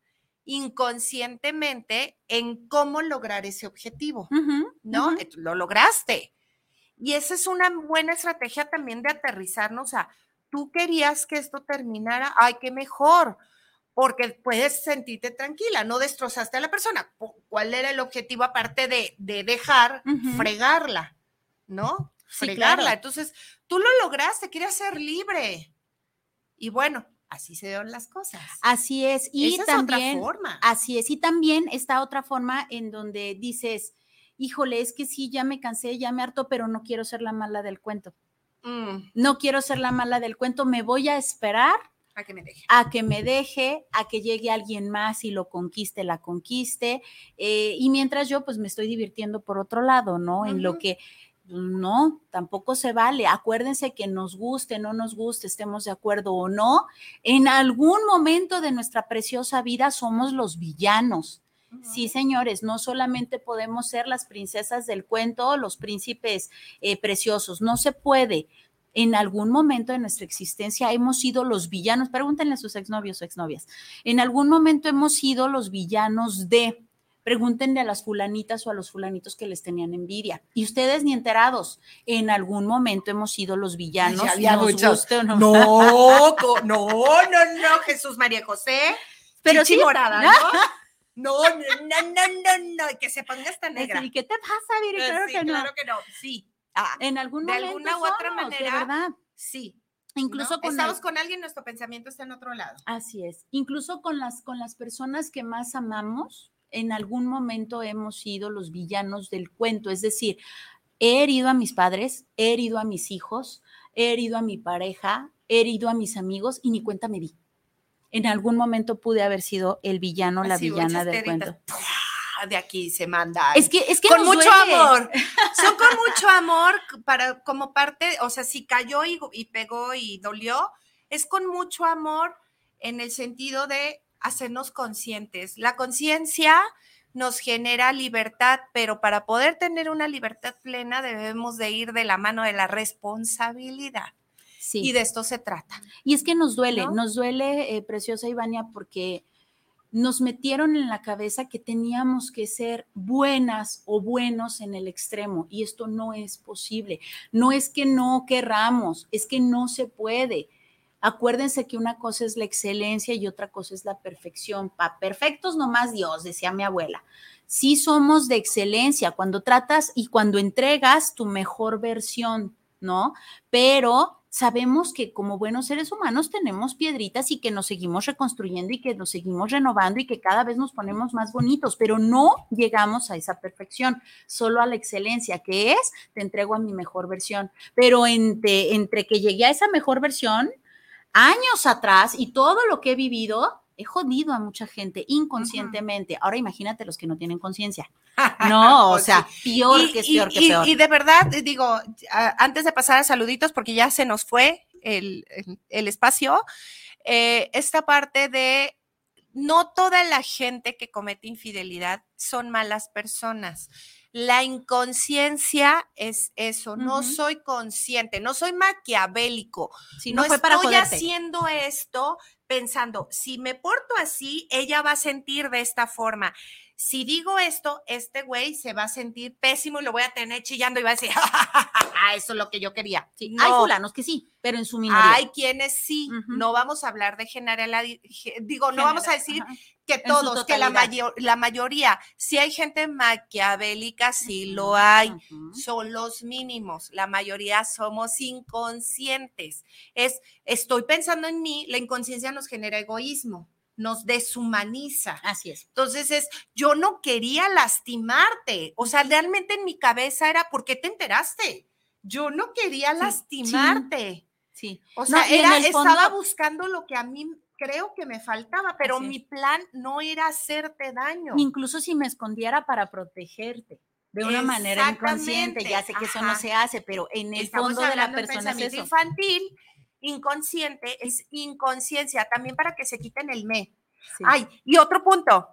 inconscientemente en cómo lograr ese objetivo, uh-huh. ¿no? Uh-huh. Lo lograste. Y esa es una buena estrategia también de aterrizarnos a, tú querías que esto terminara, ay, qué mejor, porque puedes sentirte tranquila, no destrozaste a la persona. ¿Cuál era el objetivo aparte de, de dejar uh-huh. fregarla, ¿no? Sí, fregarla. Claro. Entonces, tú lo lograste, querías ser libre. Y bueno, así se dieron las cosas. Así es. Y esa también, es otra forma. Así es. Y también está otra forma en donde dices, híjole, es que sí, ya me cansé, ya me harto, pero no quiero ser la mala del cuento. Mm. No quiero ser la mala del cuento, me voy a esperar a que me deje, a que, me deje, a que llegue alguien más y lo conquiste, la conquiste. Eh, y mientras yo, pues, me estoy divirtiendo por otro lado, ¿no? Uh-huh. En lo que, no, tampoco se vale. Acuérdense que nos guste, no nos guste, estemos de acuerdo o no, en algún momento de nuestra preciosa vida somos los villanos. Sí, señores, no solamente podemos ser las princesas del cuento, los príncipes eh, preciosos, no se puede. En algún momento de nuestra existencia hemos sido los villanos, pregúntenle a sus exnovios o exnovias, en algún momento hemos sido los villanos de, pregúntenle a las fulanitas o a los fulanitos que les tenían envidia, y ustedes ni enterados, en algún momento hemos sido los villanos. Ay, ya nos guste o no. No, no, no, no, Jesús María José, pero sí, morada, ¿no? No, no, no, no, no, que se ponga esta negra. ¿Y qué te pasa, Viri? Claro sí, que no. Claro que no, sí. Ah, en algún de momento alguna u somos, otra manera, de verdad. Sí. Incluso ¿no? con Estamos el, con alguien, nuestro pensamiento está en otro lado. Así es. Incluso con las, con las personas que más amamos, en algún momento hemos sido los villanos del cuento. Es decir, he herido a mis padres, he herido a mis hijos, he herido a mi pareja, he herido a mis amigos y ni cuenta me di. En algún momento pude haber sido el villano, la Así, villana del cuento. De aquí se manda. Es que, es que con nos mucho duele. amor. Son con mucho amor para como parte, o sea, si cayó y, y pegó y dolió, es con mucho amor en el sentido de hacernos conscientes. La conciencia nos genera libertad, pero para poder tener una libertad plena debemos de ir de la mano de la responsabilidad. Sí. Y de esto se trata. Y es que nos duele, ¿no? nos duele, eh, preciosa Ivania, porque nos metieron en la cabeza que teníamos que ser buenas o buenos en el extremo, y esto no es posible. No es que no querramos, es que no se puede. Acuérdense que una cosa es la excelencia y otra cosa es la perfección. Pa perfectos nomás Dios, decía mi abuela. Sí somos de excelencia cuando tratas y cuando entregas tu mejor versión, ¿no? Pero sabemos que como buenos seres humanos tenemos piedritas y que nos seguimos reconstruyendo y que nos seguimos renovando y que cada vez nos ponemos más bonitos, pero no llegamos a esa perfección, solo a la excelencia, que es, te entrego a mi mejor versión. Pero entre, entre que llegué a esa mejor versión, años atrás y todo lo que he vivido, he jodido a mucha gente inconscientemente. Uh-huh. Ahora imagínate los que no tienen conciencia. No, o sea, peor y, que es y, peor que y, peor. Y de verdad, digo, antes de pasar a saluditos, porque ya se nos fue el, el, el espacio, eh, esta parte de no toda la gente que comete infidelidad son malas personas. La inconsciencia es eso, uh-huh. no soy consciente, no soy maquiavélico, si no, no fue para estoy joderte. haciendo esto pensando, si me porto así, ella va a sentir de esta forma. Si digo esto, este güey se va a sentir pésimo y lo voy a tener chillando y va a decir, ah, eso es lo que yo quería. Sí, no. Hay fulanos que sí, pero en su minoría. Hay quienes sí, uh-huh. no vamos a hablar de generalidad, digo, no General, vamos a decir uh-huh. que todos, que la, mayor, la mayoría, si hay gente maquiavélica, sí uh-huh. lo hay, uh-huh. son los mínimos, la mayoría somos inconscientes. Es, estoy pensando en mí, la inconsciencia nos genera egoísmo. Nos deshumaniza. Así es. Entonces es, yo no quería lastimarte. O sea, realmente en mi cabeza era, ¿por qué te enteraste? Yo no quería sí, lastimarte. Sí. sí. O sea, no, era, fondo, estaba buscando lo que a mí creo que me faltaba, pero mi plan no era hacerte daño. Incluso si me escondiera para protegerte. De una manera inconsciente, ya sé que Ajá. eso no se hace, pero en el Estamos fondo de la persona es eso. Infantil, inconsciente, es inconsciencia, también para que se quiten el me. Sí. Ay, y otro punto,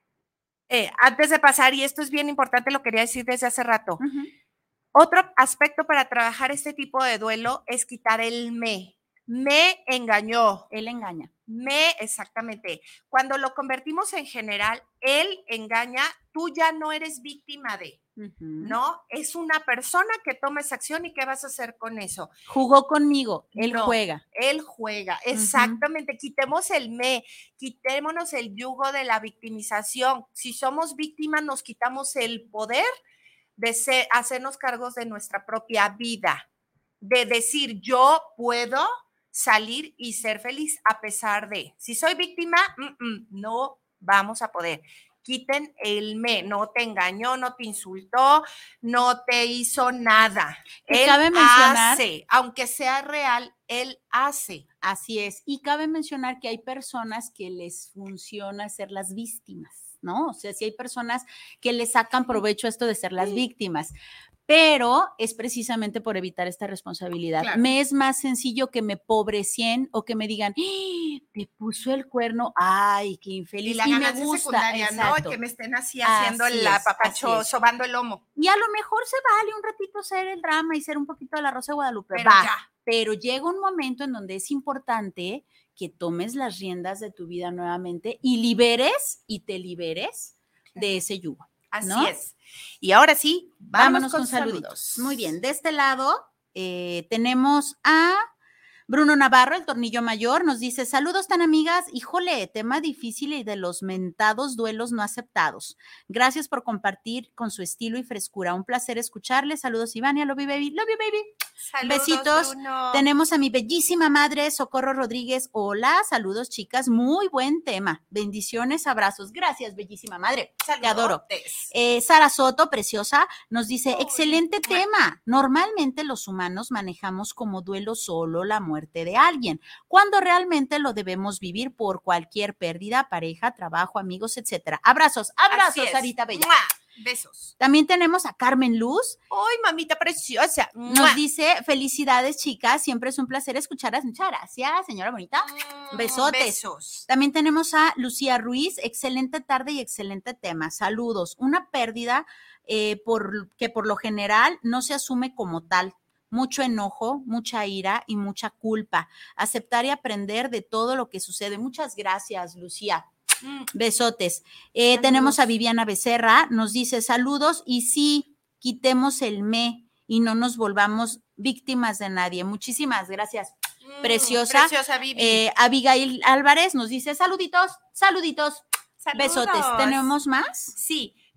eh, antes de pasar, y esto es bien importante, lo quería decir desde hace rato, uh-huh. otro aspecto para trabajar este tipo de duelo es quitar el me. Me engañó. Él engaña. Me, exactamente. Cuando lo convertimos en general, él engaña, tú ya no eres víctima de. Uh-huh. ¿No? Es una persona que toma esa acción y ¿qué vas a hacer con eso? Jugó conmigo, él no, juega. Él juega, exactamente. Uh-huh. Quitemos el me, quitémonos el yugo de la victimización. Si somos víctimas, nos quitamos el poder de ser, hacernos cargos de nuestra propia vida, de decir yo puedo salir y ser feliz a pesar de. Si soy víctima, mm-mm, no vamos a poder. Quiten el me, no te engañó, no te insultó, no te hizo nada. Él cabe mencionar, hace, aunque sea real, él hace. Así es. Y cabe mencionar que hay personas que les funciona ser las víctimas, ¿no? O sea, si hay personas que le sacan provecho a esto de ser las víctimas. Pero es precisamente por evitar esta responsabilidad. Claro. Me es más sencillo que me pobrecien o que me digan, ¡ah! Te puso el cuerno, ay, qué infeliz. Y la y me gusta, secundaria, exacto. ¿no? Que me estén así haciendo así el papacho, sobando el lomo. Y a lo mejor se vale un ratito ser el drama y ser un poquito de la Rosa de Guadalupe. Pero va, ya. Pero llega un momento en donde es importante que tomes las riendas de tu vida nuevamente y liberes y te liberes de ese yugo. Así ¿no? es. Y ahora sí, vámonos, vámonos con, con saluditos. saluditos. Muy bien, de este lado eh, tenemos a Bruno Navarro, el tornillo mayor, nos dice, saludos tan amigas, híjole, tema difícil y de los mentados duelos no aceptados. Gracias por compartir con su estilo y frescura. Un placer escucharles. Saludos, Ivania, love you, baby, love you, baby. Saludos, besitos. Bruno. Tenemos a mi bellísima madre, Socorro Rodríguez. Hola, saludos, chicas. Muy buen tema. Bendiciones, abrazos. Gracias, bellísima madre. Saludos. Te adoro. Eh, Sara Soto, preciosa, nos dice, oh, excelente sí. tema. Normalmente los humanos manejamos como duelo solo la muerte de alguien, cuando realmente lo debemos vivir por cualquier pérdida, pareja, trabajo, amigos, etcétera. Abrazos, abrazos, Sarita Bella. ¡Mua! Besos. También tenemos a Carmen Luz. ¡Ay, mamita preciosa! ¡Mua! Nos dice, felicidades, chicas, siempre es un placer escucharlas. Muchas gracias, señora bonita. Mm, Besotes. Besos. También tenemos a Lucía Ruiz, excelente tarde y excelente tema. Saludos. Una pérdida eh, por, que por lo general no se asume como tal. Mucho enojo, mucha ira y mucha culpa. Aceptar y aprender de todo lo que sucede. Muchas gracias, Lucía. Mm. Besotes. Eh, tenemos a Viviana Becerra, nos dice saludos y sí, quitemos el me y no nos volvamos víctimas de nadie. Muchísimas gracias. Mm, preciosa. Preciosa, Vivi. Eh, Abigail Álvarez nos dice saluditos, saluditos. Saludos. Besotes. ¿Tenemos más? Sí.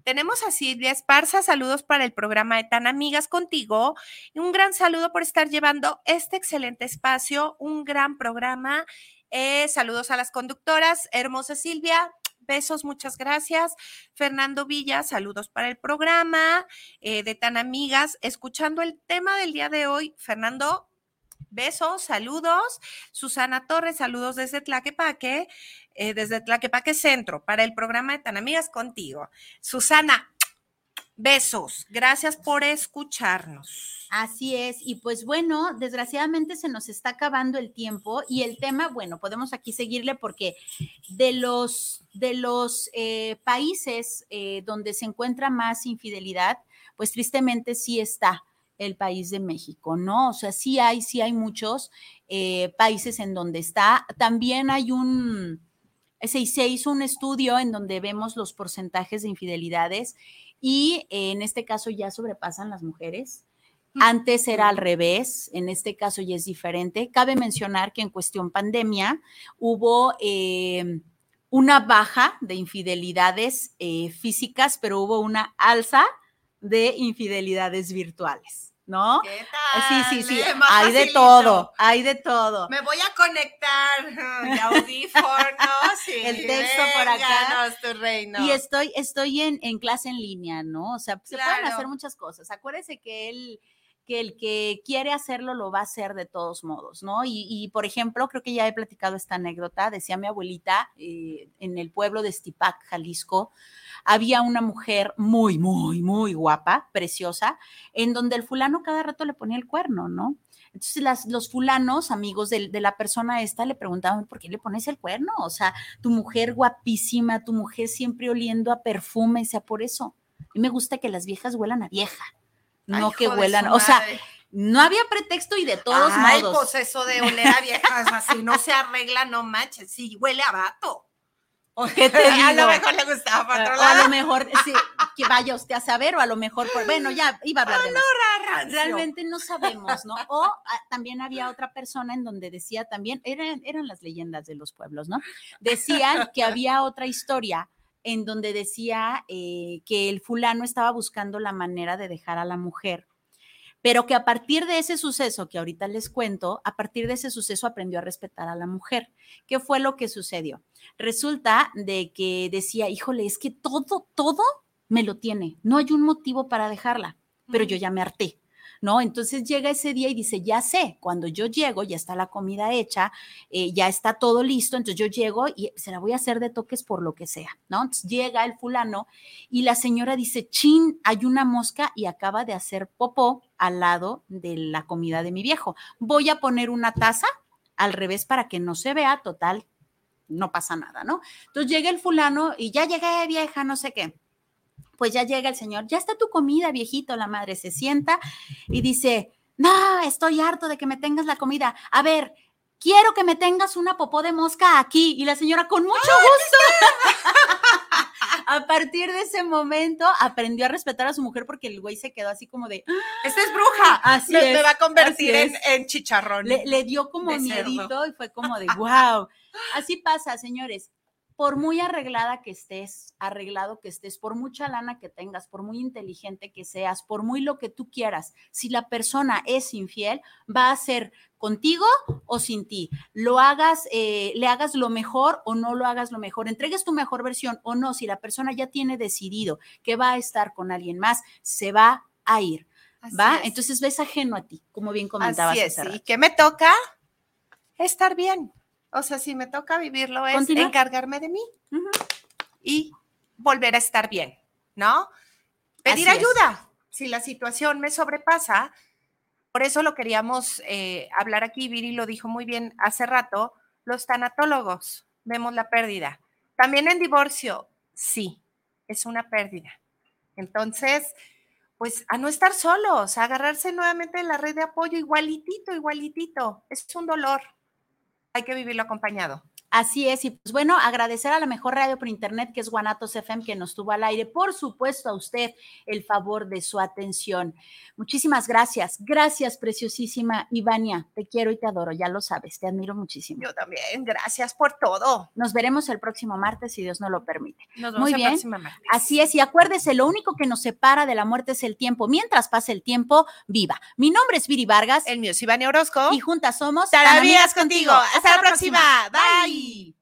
Tenemos a Silvia Esparza, saludos para el programa de Tan Amigas Contigo y un gran saludo por estar llevando este excelente espacio, un gran programa. Eh, saludos a las conductoras, hermosa Silvia, besos, muchas gracias. Fernando Villa, saludos para el programa eh, de Tan Amigas. Escuchando el tema del día de hoy, Fernando, besos, saludos. Susana Torres, saludos desde Tlaquepaque, eh, desde Tlaquepaque Centro, para el programa de Tan Amigas Contigo. Susana, besos, gracias por escucharnos. Así es, y pues bueno, desgraciadamente se nos está acabando el tiempo y el tema, bueno, podemos aquí seguirle porque de los, de los eh, países eh, donde se encuentra más infidelidad, pues tristemente sí está el país de México, ¿no? O sea, sí hay, sí hay muchos eh, países en donde está. También hay un, se, se hizo un estudio en donde vemos los porcentajes de infidelidades y eh, en este caso ya sobrepasan las mujeres. Antes era al revés, en este caso ya es diferente. Cabe mencionar que en cuestión pandemia hubo eh, una baja de infidelidades eh, físicas, pero hubo una alza de infidelidades virtuales, ¿no? ¿Qué tal? Sí, sí, sí, Eh, hay de facilito. todo, hay de todo. Me voy a conectar de audífonos. Sí, el texto por acá. Tu reino. Y estoy, estoy en, en clase en línea, ¿no? O sea, se Claro. pueden hacer muchas cosas. Acuérdese que él... que el que quiere hacerlo lo va a hacer de todos modos, ¿no? Y, y por ejemplo, creo que ya he platicado esta anécdota, decía mi abuelita, eh, en el pueblo de Estipac, Jalisco, había una mujer muy, muy, muy guapa, preciosa, en donde el fulano cada rato le ponía el cuerno, ¿no? Entonces las, los fulanos, amigos de, de la persona esta, le preguntaban, ¿por qué le pones el cuerno? O sea, tu mujer guapísima, tu mujer siempre oliendo a perfume, o sea, por eso. A mí me gusta que las viejas huelan a vieja. No Ay, que hijo de huelan, su o sea, madre. no había pretexto y de todos Ay, modos. pues eso de oler a viejas así no se arregla, no manches, sí, huele a vato. ¿Qué te digo? A lo mejor le gustaba para otro O a lado. lo mejor, sí, que vaya usted a saber, o a lo mejor, por, bueno, ya iba a hablar de más. Rancio. Realmente no sabemos, ¿no? O a, también había otra persona en donde decía también, eran, eran las leyendas de los pueblos, ¿no? Decían que había otra historia en donde decía eh, que el fulano estaba buscando la manera de dejar a la mujer, pero que a partir de ese suceso que ahorita les cuento, a partir de ese suceso aprendió a respetar a la mujer. ¿Qué fue lo que sucedió? Resulta de que decía, híjole, es que todo, todo me lo tiene, no hay un motivo para dejarla, pero yo ya me harté, ¿no? Entonces llega ese día y dice, ya sé, cuando yo llego, ya está la comida hecha, eh, ya está todo listo, entonces yo llego y se la voy a hacer de toques por lo que sea, ¿no? Entonces llega el fulano y la señora dice, chin, hay una mosca y acaba de hacer popó al lado de la comida de mi viejo. Voy a poner una taza al revés para que no se vea, total, no pasa nada, ¿no? Entonces llega el fulano y ya llegué, vieja, no sé qué. Pues ya llega el señor, ya está tu comida, viejito, la madre se sienta y dice, no, estoy harto de que me tengas la comida. A ver, quiero que me tengas una popó de mosca aquí. Y la señora, con mucho gusto. A partir de ese momento aprendió a respetar a su mujer porque el güey se quedó así como de, Esta es bruja. Así me, es, me va a convertir así en, es. en chicharrón. le, le dio como De miedito cerdo. y fue como de, wow. Así pasa, señores. Por muy arreglada que estés, arreglado que estés, por mucha lana que tengas, por muy inteligente que seas, por muy lo que tú quieras, si la persona es infiel, va a ser contigo o sin ti. Lo hagas, eh, le hagas lo mejor o no lo hagas lo mejor, entregues tu mejor versión o no, si la persona ya tiene decidido que va a estar con alguien más, se va a ir, Así ¿va? es. Entonces ves ajeno a ti, como bien comentabas. Así es, hace ¿y rato. qué me toca? Estar bien. O sea, si me toca vivirlo es Continuar. encargarme de mí Ujú. y volver a estar bien, ¿no? Pedir Así es. ayuda si la situación me sobrepasa. Por eso lo queríamos eh, hablar aquí, Viri lo dijo muy bien hace rato, los tanatólogos, vemos la pérdida. También en divorcio, sí, es una pérdida. Entonces, pues a no estar solos, a agarrarse nuevamente de la red de apoyo, igualitito, igualitito. Es un dolor, hay que vivirlo acompañado. Así es, y pues bueno, agradecer a la mejor radio por internet que es Guanatos F M que nos tuvo al aire, por supuesto a usted el favor de su atención. Muchísimas gracias, gracias preciosísima Ivania, te quiero y te adoro, ya lo sabes, te admiro muchísimo. Yo también, gracias por todo. Nos veremos el próximo martes si Dios nos lo permite. Nos vemos Muy el bien, próximo martes. Así es, y acuérdese, lo único que nos separa de la muerte es el tiempo, mientras pase el tiempo, viva. Mi nombre es Viri Vargas. El mío es Ivania Orozco. Y juntas somos Tan Amigas Contigo. Hasta, Hasta la próxima. próxima. Bye.